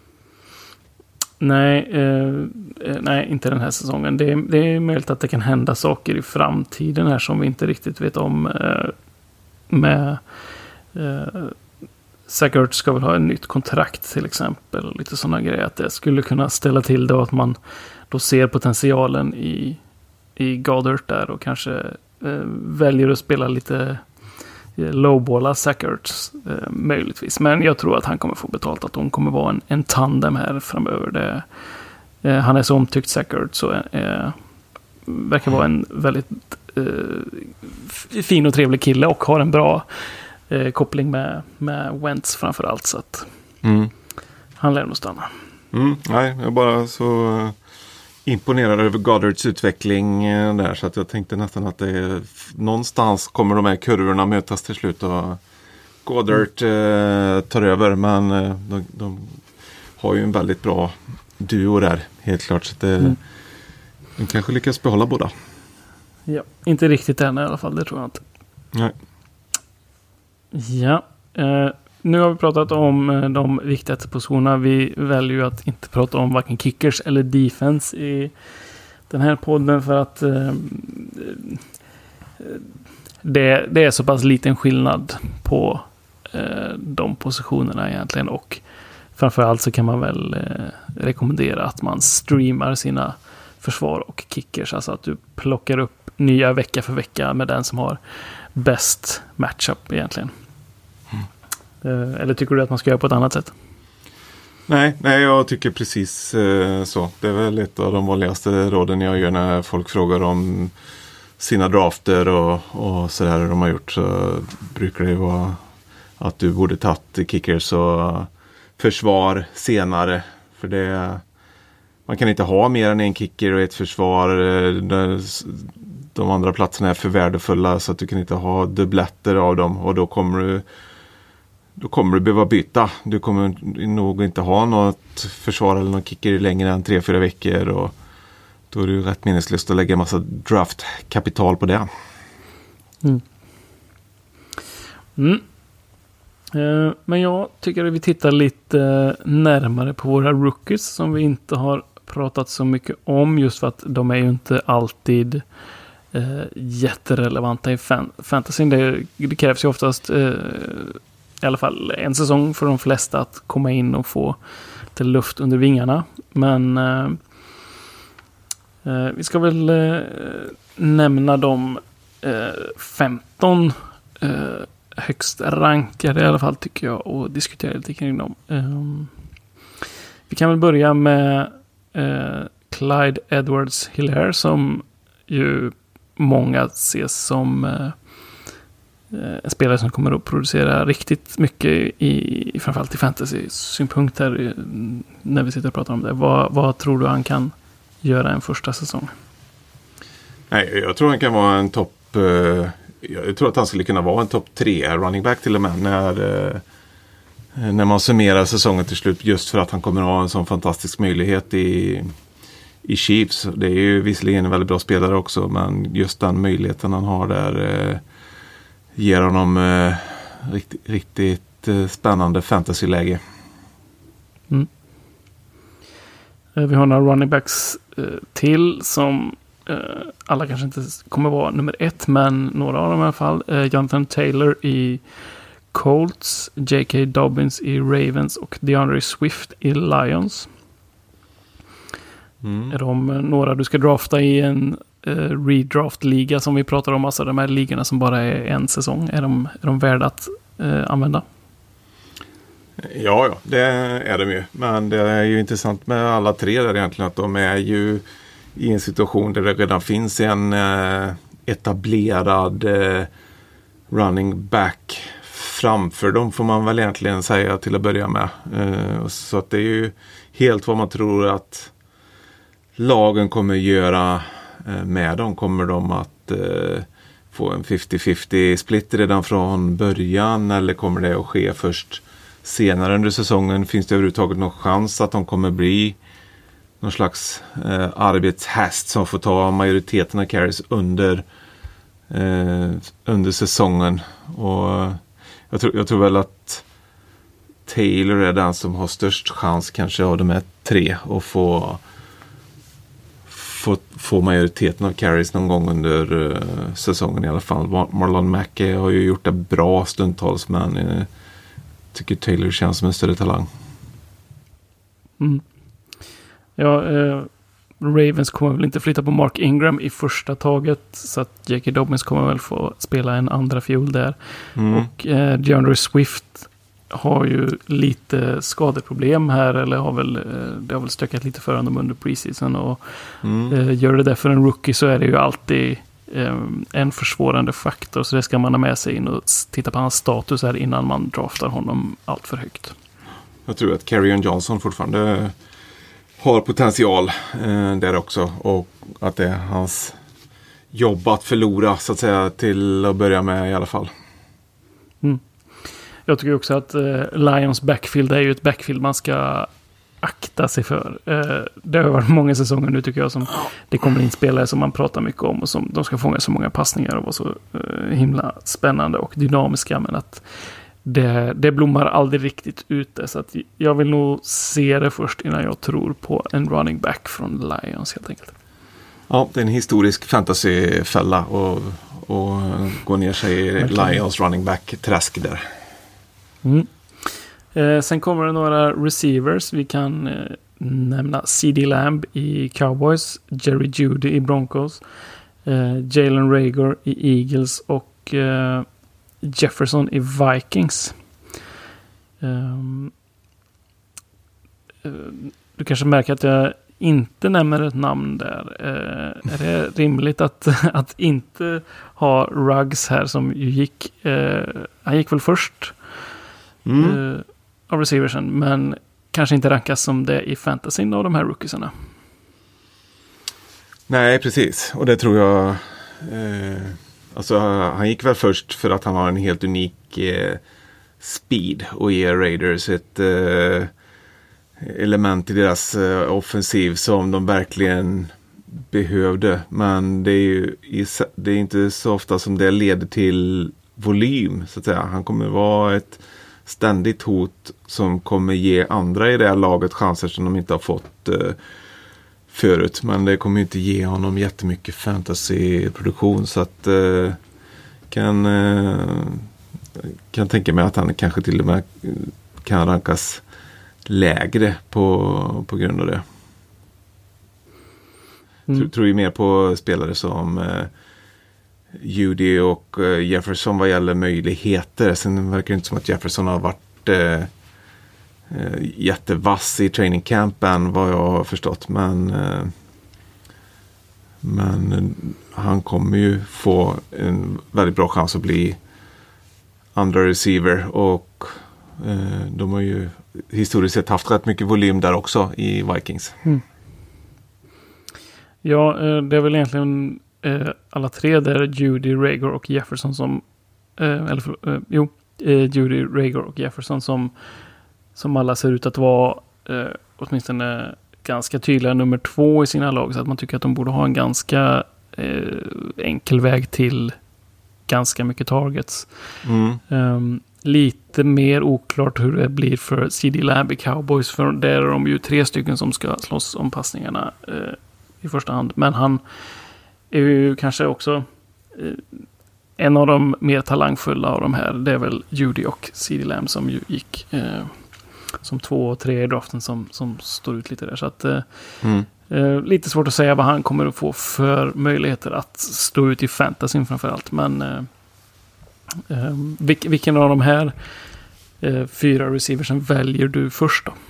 Nej, eh, nej, inte den här säsongen. Det är, det är möjligt att det kan hända saker i framtiden här som vi inte riktigt vet om eh, med eh, Zach Ertz ska väl ha ett nytt kontrakt till exempel och lite sådana grejer, att det skulle kunna ställa till det och att man då ser potentialen i, i Goedert där och kanske eh, väljer att spela lite eh, lowballa Zach Ertz eh, möjligtvis, men jag tror att han kommer få betalt, att de kommer vara en, en tandem här framöver. Det, eh, han är så omtyckt Zach Ertz, så eh, verkar vara en väldigt eh, fin och trevlig kille och har en bra Eh, koppling med, med Wentz framförallt, så att mm. han lär nog stanna. Mm, nej, jag är bara så imponerad över Goederts utveckling eh, där, så att jag tänkte nästan att det är, någonstans kommer de här kurvorna mötas till slut och Goedert eh, tar över, men eh, de, de har ju en väldigt bra duo där, helt klart, så att det, mm. de kanske lyckas behålla båda. Ja, inte riktigt än i alla fall, det tror jag inte. Nej. Ja, eh, nu har vi pratat om eh, de viktigaste positionerna. Vi väljer ju att inte prata om varken kickers eller defense i den här podden för att eh, det, det är så pass liten skillnad på eh, de positionerna egentligen, och framförallt så kan man väl eh, rekommendera att man streamar sina försvar och kickers, alltså att du plockar upp nya vecka för vecka med den som har bäst matchup egentligen. Mm. Eh, eller tycker du att man ska göra på ett annat sätt? Nej, nej, jag tycker precis eh, så. Det är väl ett av de vanligaste råden jag gör när folk frågar om sina drafter och, och sådär de har gjort, så brukar det vara att du borde tagit kickers och försvar senare. För det, man kan inte ha mer än en kicker och ett försvar. Där de andra platserna är för värdefulla, så att du kan inte ha dubbletter av dem, och då kommer du Då kommer du behöva byta. Du kommer nog inte ha något försvar eller någon kicker längre än tre fyra veckor. Och då är det ju rätt meningslöst att lägga en massa draftkapital på det. Mm. Mm. Eh, men jag tycker att vi tittar lite närmare på våra rookies som vi inte har pratat så mycket om. Just för att de är ju inte alltid eh, jätterelevanta i fan- fantasyn. Det, det krävs ju oftast... Eh, i alla fall en säsong för de flesta att komma in och få lite luft under vingarna. Men eh, eh, vi ska väl eh, nämna de eh, femton eh, högst rankade i alla fall, tycker jag, och diskutera lite kring dem. Eh, vi kan väl börja med eh, Clyde Edwards-Hilaire, som ju många ses som eh, en spelare som kommer att producera riktigt mycket i, framförallt i fantasy-synpunkt här när vi sitter och pratar om det. Vad, vad tror du han kan göra en första säsong? Nej, jag tror han kan vara en topp... Eh, jag tror att han skulle kunna vara en topp tre running back till och med när, eh, när man summerar säsongen till slut, just för att han kommer att ha en sån fantastisk möjlighet i, i Chiefs. Det är ju visserligen en väldigt bra spelare också, men just den möjligheten han har där... Eh, ger honom eh, riktigt, riktigt eh, spännande fantasyläge. Mm. Vi har några running backs eh, till som eh, alla kanske inte kommer vara nummer ett, men några av dem i alla fall. Eh, Jonathan Taylor i Colts, J K. Dobbins i Ravens och DeAndre Swift i Lions. Mm. Är de några du ska drafta i en Uh, redraft-liga som vi pratar om, alltså de här ligorna som bara är en säsong, är de, är de värda att uh, använda? Ja, ja, det är de ju. Men det är ju intressant med alla tre där egentligen, att de är ju i en situation där det redan finns en uh, etablerad uh, running back framför dem, får man väl egentligen säga till att börja med. Uh, så att det är ju helt vad man tror att lagen kommer göra med dem. Kommer de att eh, få en femtio femtio split redan från början, eller kommer det att ske först senare under säsongen? Finns det överhuvudtaget någon chans att de kommer bli någon slags eh, arbetshäst som får ta majoriteten av carries under eh, under säsongen? Och jag tror, jag tror väl att Taylor är den som har störst chans kanske av de här tre att få Få, få majoriteten av carries någon gång under uh, säsongen i alla fall. Marlon Mack har ju gjort det bra stundtals, men uh, tycker Taylor känns som en större talang. Mm. Ja, uh, Ravens kommer väl inte flytta på Mark Ingram i första taget, så att J K. Dobbins kommer väl få spela en andra fiol där. Mm. Och uh, DeAndre Swift har ju lite skadeproblem här, eller har väl, det har väl stökat lite för honom under preseason, och mm. eh, gör det där för en rookie så är det ju alltid eh, en försvårande faktor, så det ska man ha med sig in och titta på hans status här innan man draftar honom allt för högt. Jag tror att Kerryon Johnson fortfarande har potential eh, där också, och att det är hans jobb att förlora, så att säga, till att börja med i alla fall. Mm. Jag tycker också att eh, Lions backfield är ju ett backfield man ska akta sig för. Eh, det har varit många säsonger nu, tycker jag, som det kommer in spelare som man pratar mycket om och som de ska fånga så många passningar och vara så eh, himla spännande och dynamiska, men att det, det blommar aldrig riktigt ute, så att jag vill nog se det först innan jag tror på en running back från Lions, helt enkelt. Ja, det är en historisk fantasyfälla och, och gå ner sig i Lions running back-träsk där. Mm. Eh, sen kommer det några receivers. Vi kan eh, nämna C D Lamb i Cowboys, Jerry Jeudy i Broncos, eh, Jalen Reagor i Eagles och eh, Jefferson i Vikings. Um, uh, du kanske märker att jag inte nämner ett namn där. Uh, är det rimligt att, att inte ha Ruggs här som ju gick uh, han gick väl först mm. uh, av receiversen, men kanske inte rankas som det i fantasyn av de här rookiesarna. Nej, precis. Och det tror jag eh, alltså han gick väl först för att han har en helt unik eh, speed och ger Raiders ett eh, element i deras eh, offensiv som de verkligen behövde. Men det är ju det är inte så ofta som det leder till volym, så att säga. Han kommer vara ett ständigt hot som kommer ge andra i det här laget chanser som de inte har fått eh, förut. Men det kommer inte ge honom jättemycket fantasyproduktion, så att eh, kan eh, kan tänka mig att han kanske till och med kan rankas lägre på, på grund av det. Mm. Tror, tror ju mer på spelare som eh, Jeudy och eh, Jefferson vad gäller möjligheter. Sen verkar det inte som att Jefferson har varit eh, eh, jättevass i training campen, vad jag har förstått. Men, eh, men han kommer ju få en väldigt bra chans att bli andra receiver, och eh, de har ju historiskt sett haft rätt mycket volym där också i Vikings. Mm. Ja, eh, det är väl egentligen eh, alla tre där, Jeudy, Reagor och Jefferson som eh, eller eh, jo, eh, Jeudy, Reagor och Jefferson som som alla ser ut att vara eh, åtminstone ganska tydliga nummer två i sina lag, så att man tycker att de borde ha en ganska eh, enkel väg till ganska mycket targets. Mm. Um, lite mer oklart hur det blir för C D Lamb i Cowboys, för där är de ju tre stycken som ska slåss om passningarna uh, i första hand. Men han är ju kanske också uh, en av de mer talangfulla av de här. Det är väl Jeudy och C D Lamb som ju gick uh, som två och tre i draften som, som står ut lite där. Så att uh, mm. Uh, lite svårt att säga vad han kommer att få för möjligheter att stå ut i fantasyn framförallt. Men uh, uh, vilk, vilken av de här uh, fyra receiversen väljer du först då?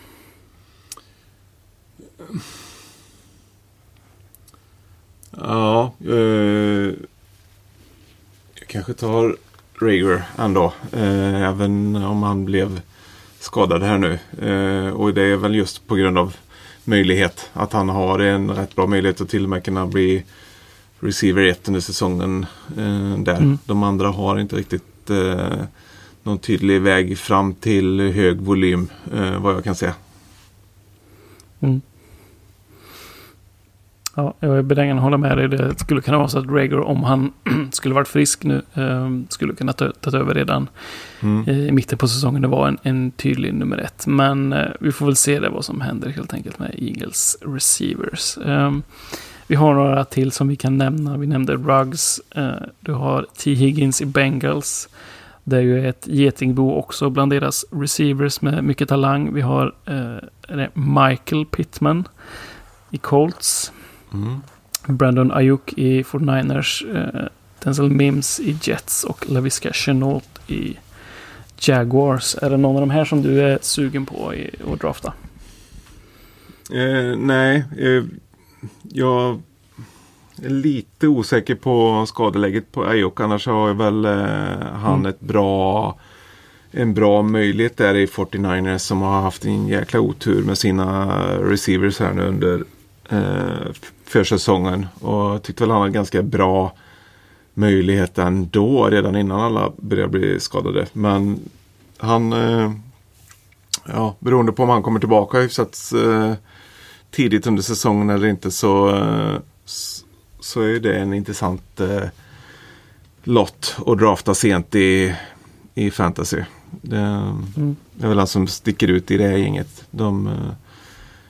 Ja, uh, jag kanske tar Reagor ändå. Uh, även om han blev skadad här nu. Uh, och det är väl just på grund av möjlighet. Att han har en rätt bra möjlighet att till och med kunna bli receiver ett under säsongen eh, där. Mm. De andra har inte riktigt eh, någon tydlig väg fram till hög volym, eh, vad jag kan säga. Mm. Ja, jag är benägen att hålla med dig. Det skulle kunna vara så att Reagor, om han skulle varit frisk nu, eh, skulle kunna ta, ta över redan mm. eh, i mitten på säsongen. Det var en, en tydlig nummer ett. Men eh, vi får väl se det, vad som händer helt enkelt med Eagles receivers. Eh, vi har några till som vi kan nämna. Vi nämnde Ruggs. Eh, du har T. Higgins i Bengals. Det är ju ett getingbo också bland deras receivers med mycket talang. Vi har eh, Michael Pittman i Colts. Mm. Brandon Ayuk i forty-niners, eh, Denzel Mims i Jets och Laviska Shenault i Jaguars. Är det någon av de här som du är sugen på i, att drafta? Eh, nej, eh, jag är lite osäker på skadeläget på Ayuk. Annars har jag väl eh, han mm. ett bra en bra möjlighet där i forty-niners, som har haft en jäkla otur med sina receivers här nu under eh, försäsongen, och tyckte väl han hade ganska bra möjlighet ändå redan innan alla började bli skadade. Men han eh, ja, beroende på om han kommer tillbaka hyfsat eh, tidigt under säsongen eller inte, så eh, så är det en intressant eh, lott att drafta sent i, i fantasy. Det, mm. det är väl han som sticker ut i det här gänget. De, eh,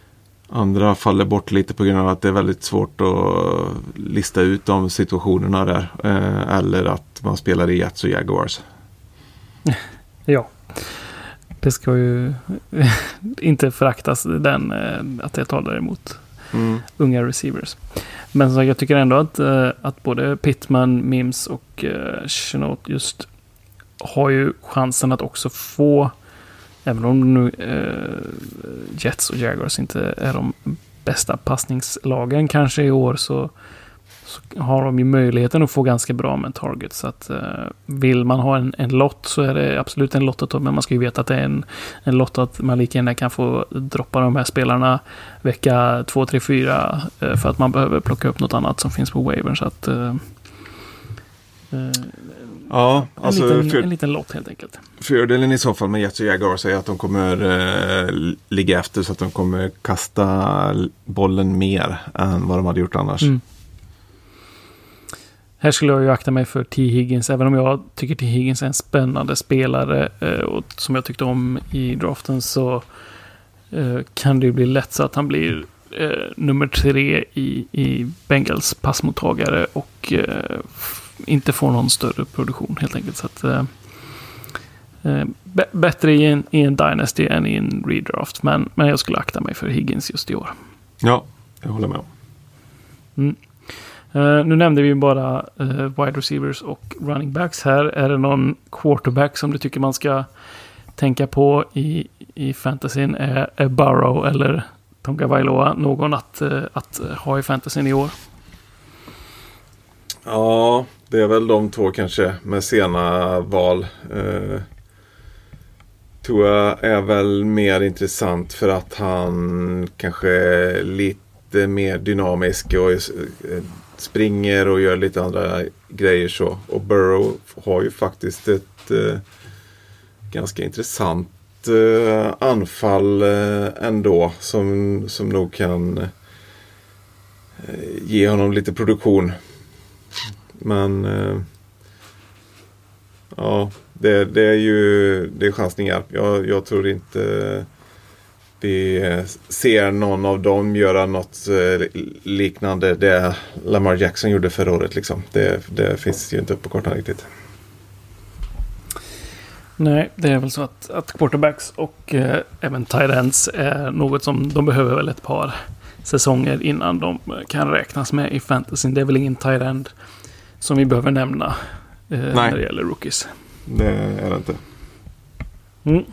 Andra faller bort lite på grund av att det är väldigt svårt att lista ut de situationerna där. Eh, eller att man spelar i Jets och Jaguars. Ja. Det ska ju inte föraktas den, att jag talar emot mm. unga receivers. Men så jag tycker ändå att, att både Pittman, Mims och uh, Shenault just har ju chansen att också få, även om nu uh, Jets och Jaguars inte är de bästa passningslagen kanske i år, så, så har de ju möjligheten att få ganska bra med target. Så att uh, vill man ha en, en lott så är det absolut en lott att ta, men man ska ju veta att det är en, en lott att man lika gärna kan få droppa de här spelarna vecka två, tre, fyra uh, för att man behöver plocka upp något annat som finns på waivern. Så att uh, uh, ja, alltså en, liten, för, en liten lott helt enkelt. Fördelen i så fall med Jets och Jaguars är att de kommer uh, ligga efter, så att de kommer kasta bollen mer än vad de hade gjort annars. Mm. Här skulle jag ju akta mig för T. Higgins, även om jag tycker T. Higgins är en spännande spelare eh, och som jag tyckte om i draften, så eh, kan det ju bli lätt så att han blir eh, nummer tre i, i Bengals passmottagare och eh, f- inte får någon större produktion helt enkelt. Så att, eh, eh, b- bättre i en, i en Dynasty än i en redraft, men, men jag skulle akta mig för Higgins just i år. Ja, jag håller med om. Mm. Uh, nu nämnde vi ju bara uh, wide receivers och running backs här. Är det någon quarterback som du tycker man ska tänka på i, i fantasyn? Är, är Burrow eller Tonga Vailoa någon att, uh, att ha i fantasyn i år? Ja, det är väl de två kanske med sena val. Uh, Tua är väl mer intressant för att han kanske är lite mer dynamisk och uh, springer och gör lite andra grejer så. Och Burrow har ju faktiskt ett eh, ganska intressant eh, anfall eh, ändå som, som nog kan eh, ge honom lite produktion. Men eh, ja, det, det är ju det är chansningar. Jag, jag tror inte vi ser någon av dem göra något liknande det Lamar Jackson gjorde förra året. Liksom. Det, det finns ju inte upp på kortan riktigt. Nej, det är väl så att, att quarterbacks och eh, även tight ends är något som de behöver väl ett par säsonger innan de kan räknas med i fantasy. Det är väl ingen tight end som vi behöver nämna eh, när det gäller rookies. Det är det inte. Mm.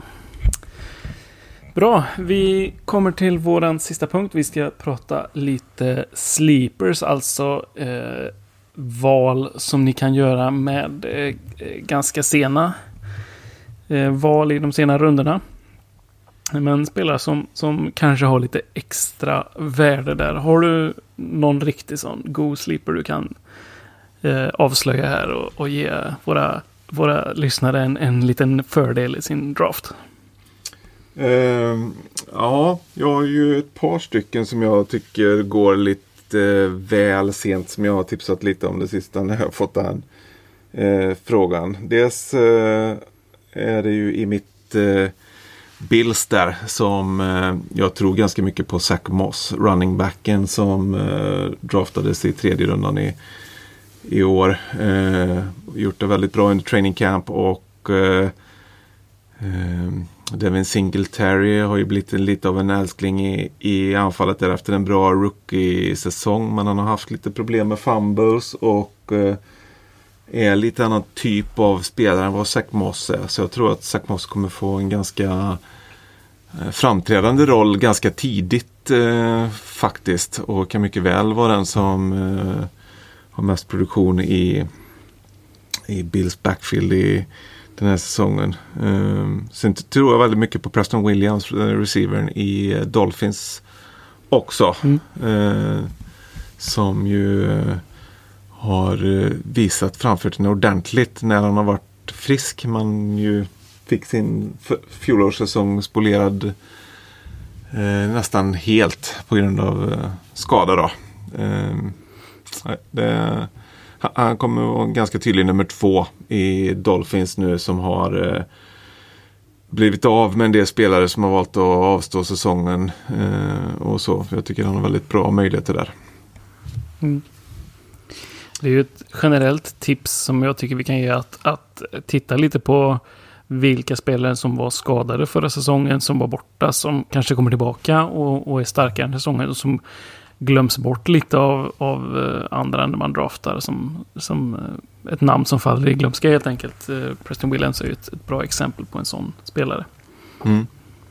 Bra, vi kommer till våran sista punkt. Vi ska prata lite sleepers, alltså eh, val som ni kan göra med eh, ganska sena eh, val i de sena rundorna. Men spelare som, som kanske har lite extra värde där. Har du någon riktig sån god sleeper du kan eh, avslöja här och, och ge våra, våra lyssnare en, en liten fördel i sin draft? Uh, ja, jag har ju ett par stycken som jag tycker går lite uh, väl sent, som jag har tipsat lite om det sista när jag har fått den uh, frågan. Dels uh, är det ju i mitt uh, Bills där som uh, jag tror ganska mycket på Zach Moss, running backen som uh, draftades i tredje rundan i, i år. Uh, gjort det väldigt bra under training camp och uh, uh, Devin Singletary har ju blivit lite av en älskling i, i anfallet där efter en bra rookie-säsong. Men han har haft lite problem med fumbles och eh, är lite annan typ av spelare än vad Zach Moss är. Så jag tror att Zach Moss kommer få en ganska eh, framträdande roll ganska tidigt eh, faktiskt. Och kan mycket väl vara den som eh, har mest produktion i, i Bills backfield i den här säsongen. Um, sen tror jag väldigt mycket på Preston Williams, receivern i uh, Dolphins också. Mm. Uh, som ju uh, har uh, visat framfötterna ordentligt när han har varit frisk. Man ju fick sin f- fjolårssäsong spolerad uh, nästan helt på grund av uh, skada då. Um, det Han kommer vara ganska tydlig nummer två i Dolphins nu, som har blivit av med en del spelare som har valt att avstå säsongen eh, och så. Jag tycker han har väldigt bra möjligheter där. Mm. Det är ju ett generellt tips som jag tycker vi kan ge att, att titta lite på vilka spelare som var skadade förra säsongen, som var borta, som kanske kommer tillbaka och, och är starkare än säsongen och som glöms bort lite av, av andra när man draftar som, som ett namn som faller i glömska helt enkelt. Preston Williams är ju ett, ett bra exempel på en sån spelare. Mm.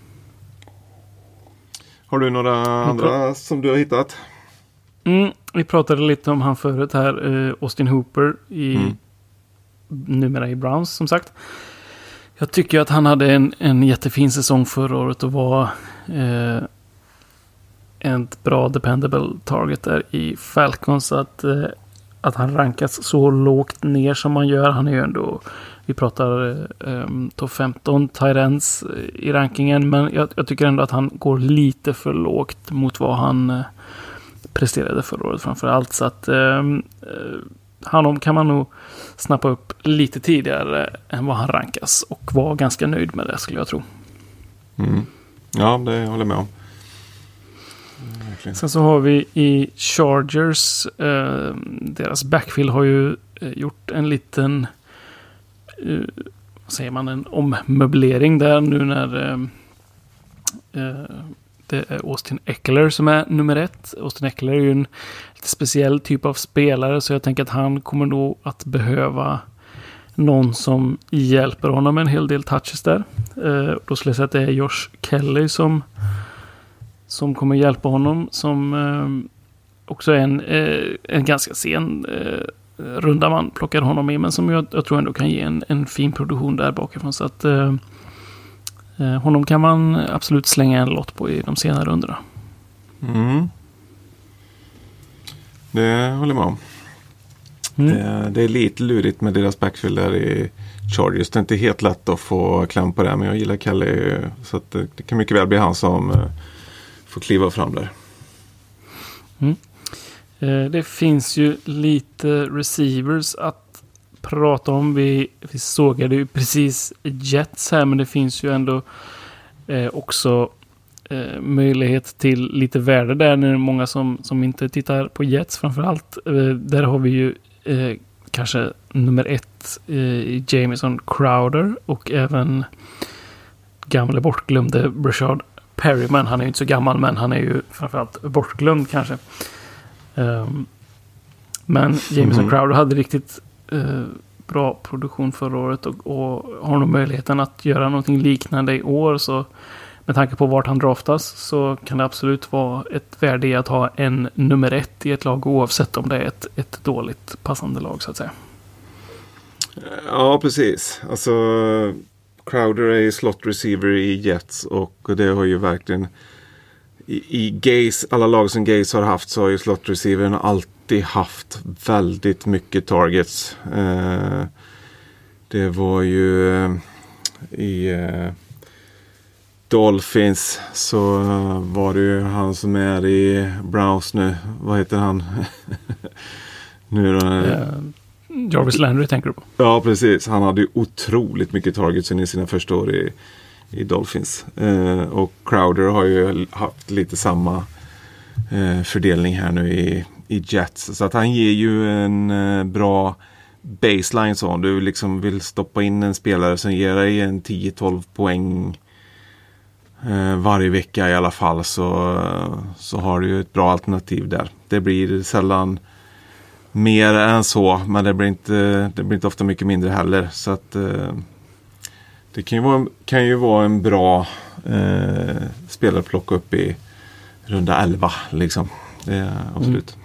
Har du några andra som du har hittat? Mm, vi pratade lite om han förut här, uh, Austin Hooper i mm. numera i Browns som sagt. Jag tycker att han hade en, en jättefin säsong förra året och var uh, ett bra dependable target där i Falcons. Att, uh, att han rankas så lågt ner som man gör. Han är ju ändå, vi pratar um, topp femton tight ends i rankingen, men jag, jag tycker ändå att han går lite för lågt mot vad han uh, presterade förra året framförallt, så att eh, honom kan man nog snappa upp lite tidigare än vad han rankas och vara ganska nöjd med det, skulle jag tro. Mm. Ja, det håller jag med om. Mm, Sen så har vi i Chargers, eh, deras backfield har ju eh, gjort en liten eh, vad säger man, en ommöblering där nu när eh, eh, det är Austin Eckler som är nummer ett. Austin Eckler är ju en lite speciell typ av spelare, så jag tänker att han kommer nog att behöva någon som hjälper honom med en hel del touches där. Eh, då skulle jag säga att det är Josh Kelly som, som kommer hjälpa honom, som eh, också är en, eh, en ganska sen eh, runda man plockar honom i, men som jag, jag tror ändå kan ge en, en fin produktion där bakifrån, så att eh, honom kan man absolut slänga en lott på i de senare rundorna. Mm. Det håller jag med om. Mm. Det, det är lite lurigt med deras backfield där i Chargers. Det är inte helt lätt att få kläm på det, men jag gillar Kelly, så att det, det kan mycket väl bli han som uh, får kliva fram där. Mm. Eh, det finns ju lite receivers att prata om. Vi, vi sågade ju precis Jets här, men det finns ju ändå eh, också eh, möjlighet till lite värde där. När det är många som, som inte tittar på Jets framförallt. Eh, där har vi ju eh, kanske nummer ett eh, Jamison Crowder och även gamla bortglömde Brashard Perryman. Han är ju inte så gammal, men han är ju framförallt bortglömd kanske. Um, men Jamison mm. Crowder hade riktigt uh, bra produktion förra året och, och har nog möjligheten att göra någonting liknande i år, så med tanke på vart han draftas så kan det absolut vara ett värde i att ha en nummer ett i ett lag, oavsett om det är ett, ett dåligt passande lag så att säga. Ja, precis. Alltså Crowder är slot receiver i Jets och det har ju verkligen i, i Gaze, alla lag som Gaze har haft, så har ju slot receivern alltid haft väldigt mycket targets. Eh, det var ju eh, i eh, Dolphins så var det ju han som är i Browns nu. Vad heter han? nu då? Uh, Jarvis Landry tänker du på? Ja, precis. Han hade ju otroligt mycket targets i sina första år i, i Dolphins. Uh, och Crowder har ju haft lite samma uh, fördelning här nu i, i Jets. Så att han ger ju en uh, bra baseline, så om du liksom vill stoppa in en spelare som ger dig en tio tolv poäng Eh, varje vecka i alla fall, så, så har du ju ett bra alternativ där. Det blir sällan mer än så, men det blir inte, det blir inte ofta mycket mindre heller, så att eh, det kan ju vara, kan ju vara en bra eh, spelare att plocka upp i runda elva liksom. Det är absolut.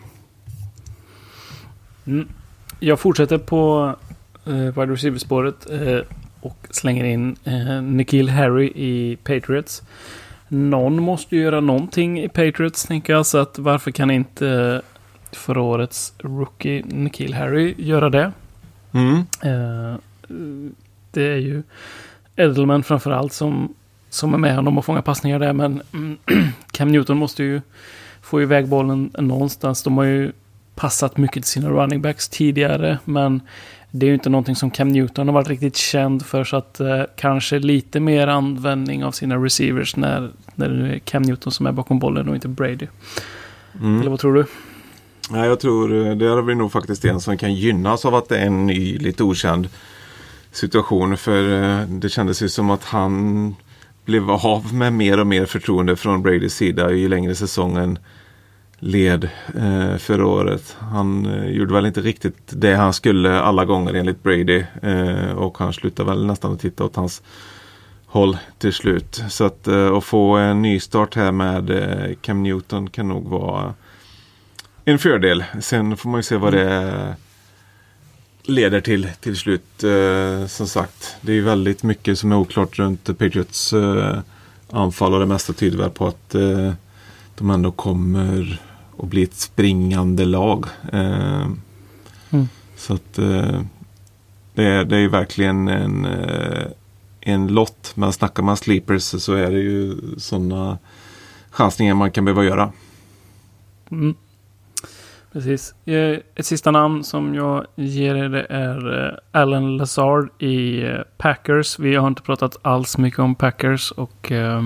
Mm. Mm. Jag fortsätter på eh, wide receiver-spåret eh, och slänger in eh, N'Keal Harry i Patriots. Någon måste ju göra någonting i Patriots, tänker jag. Så att varför kan inte eh, förra årets rookie N'Keal Harry göra det? Mm. Eh, det är ju Edelman framförallt som, som är med honom och fånga passningar där. Men Cam Newton måste ju få iväg bollen någonstans. De har ju passat mycket till sina running backs tidigare, men det är ju inte någonting som Cam Newton har varit riktigt känd för, så att eh, kanske lite mer användning av sina receivers när, när det är Cam Newton som är bakom bollen och inte Brady. Mm. Eller vad tror du? Ja, jag tror det är vi nog faktiskt en som kan gynnas av att det är en ny, lite okänd situation, för det kändes ju som att han blev av med mer och mer förtroende från Bradys sida ju längre säsongen led eh, förra året. Han eh, gjorde väl inte riktigt det han skulle alla gånger enligt Brady eh, och han slutade väl nästan att titta åt hans håll till slut. Så att, eh, att få en ny start här med eh, Cam Newton kan nog vara en fördel. Sen får man ju se vad det leder till till slut. Eh, som sagt, det är ju väldigt mycket som är oklart runt Patriots eh, anfall och det mesta tyder väl på att eh, de ändå kommer att bli ett springande lag. Eh, mm. Så att eh, det, är, det är ju verkligen en, eh, en lott. Men snackar man sleepers så är det ju sådana chansningar man kan behöva göra. Mm. Precis. Ett sista namn som jag ger er det är Alan Lazard i Packers. Vi har inte pratat alls mycket om Packers och eh,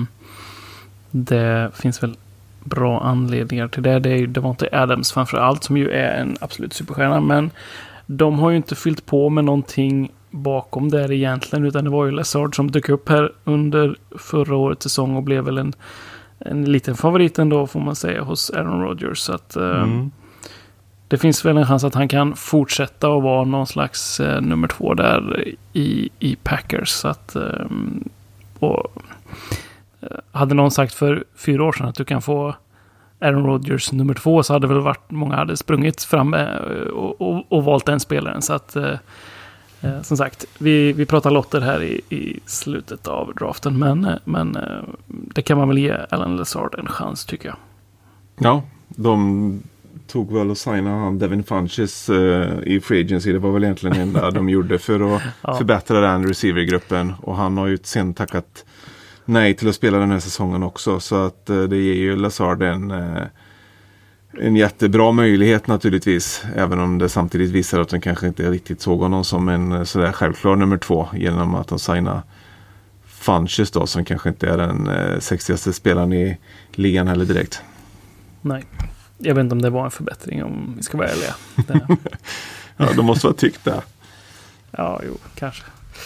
det finns väl bra anledningar till det. Det är ju Davante Adams framförallt som ju är en absolut superstjärna, men de har ju inte fyllt på med någonting bakom där egentligen, utan det var ju Lazard som dök upp här under förra årets säsong och blev väl en, en liten favorit ändå får man säga hos Aaron Rodgers, så att eh, mm. det finns väl en chans att han kan fortsätta och vara någon slags eh, nummer två där i, i Packers. Så att, eh, och, eh, hade någon sagt för fyra år sedan att du kan få Aaron Rodgers nummer två, så hade väl varit många hade sprungit fram med, och, och, och valt den spelaren. Så att eh, eh, som sagt, vi, vi pratar lotter här i, i slutet av draften, men, men eh, det kan man väl ge Alan Lazard en chans tycker jag. Ja, de tog väl och signade han Devin Funches uh, i Free Agency. Det var väl egentligen det enda de gjorde för att ja. förbättra den receivergruppen. Och han har ju sen tackat nej till att spela den här säsongen också. Så att uh, det ger ju Lazard en, uh, en jättebra möjlighet naturligtvis. Även om det samtidigt visar att de kanske inte riktigt såg honom som en uh, sådär självklar nummer två. Genom att de signar Funches då, som kanske inte är den uh, sexigaste spelaren i ligan heller direkt. Nej. Jag vet inte om det var en förbättring om vi ska vara ärliga. Det... ja, de måste vara tyckt det. Ja, jo, kanske.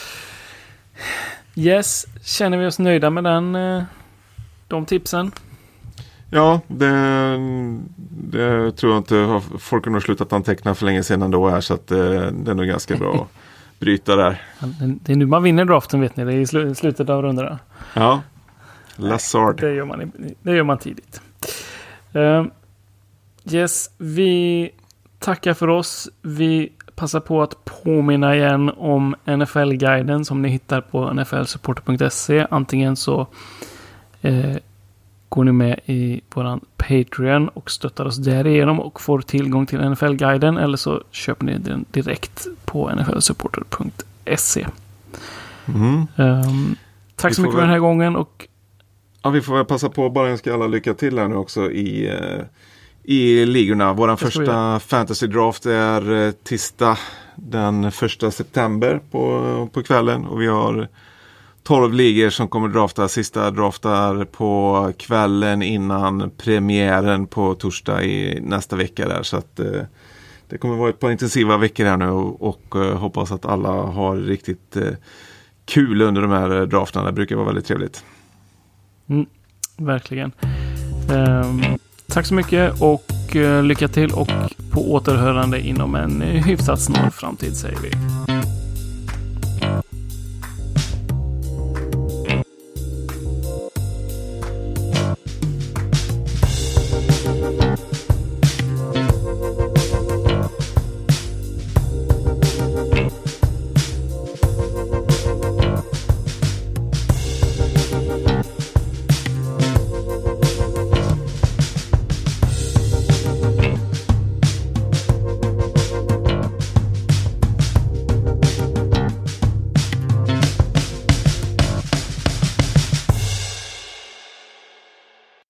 Yes, känner vi oss nöjda med den, de tipsen? Ja, det, det tror jag inte. Folk har nog slutat anteckna för länge sedan ändå här, så att det, det är nog ganska bra att bryta där. Det är nu man vinner draften, vet ni. Det är i sl- slutet av rundorna. Ja, Lazard. Det gör man, det gör man tidigt. Uh, Yes, vi tackar för oss. Vi passar på att påminna igen om N F L-guiden som ni hittar på n f l supporter punkt s e. Antingen så eh, går ni med i våran Patreon och stöttar oss därigenom och får tillgång till N F L-guiden, eller så köper ni den direkt på n f l supporter punkt s e. Mm. Um, tack vi så mycket för den här gången. Och ja, vi får väl passa på att bara önska alla lycka till här nu också i... Eh... i ligorna. Våran första fantasy draft är eh, tisdag den första september på, på kvällen, och vi har tolv ligor som kommer drafta. Sista draftar på kvällen innan premiären på torsdag i nästa vecka där, så att eh, det kommer vara ett par intensiva veckor här nu, och, och eh, hoppas att alla har riktigt eh, kul under de här draftarna. Det brukar vara väldigt trevligt. Mm, verkligen. Um... Tack så mycket och lycka till, och på återhörande inom en hyfsat snar framtid säger vi.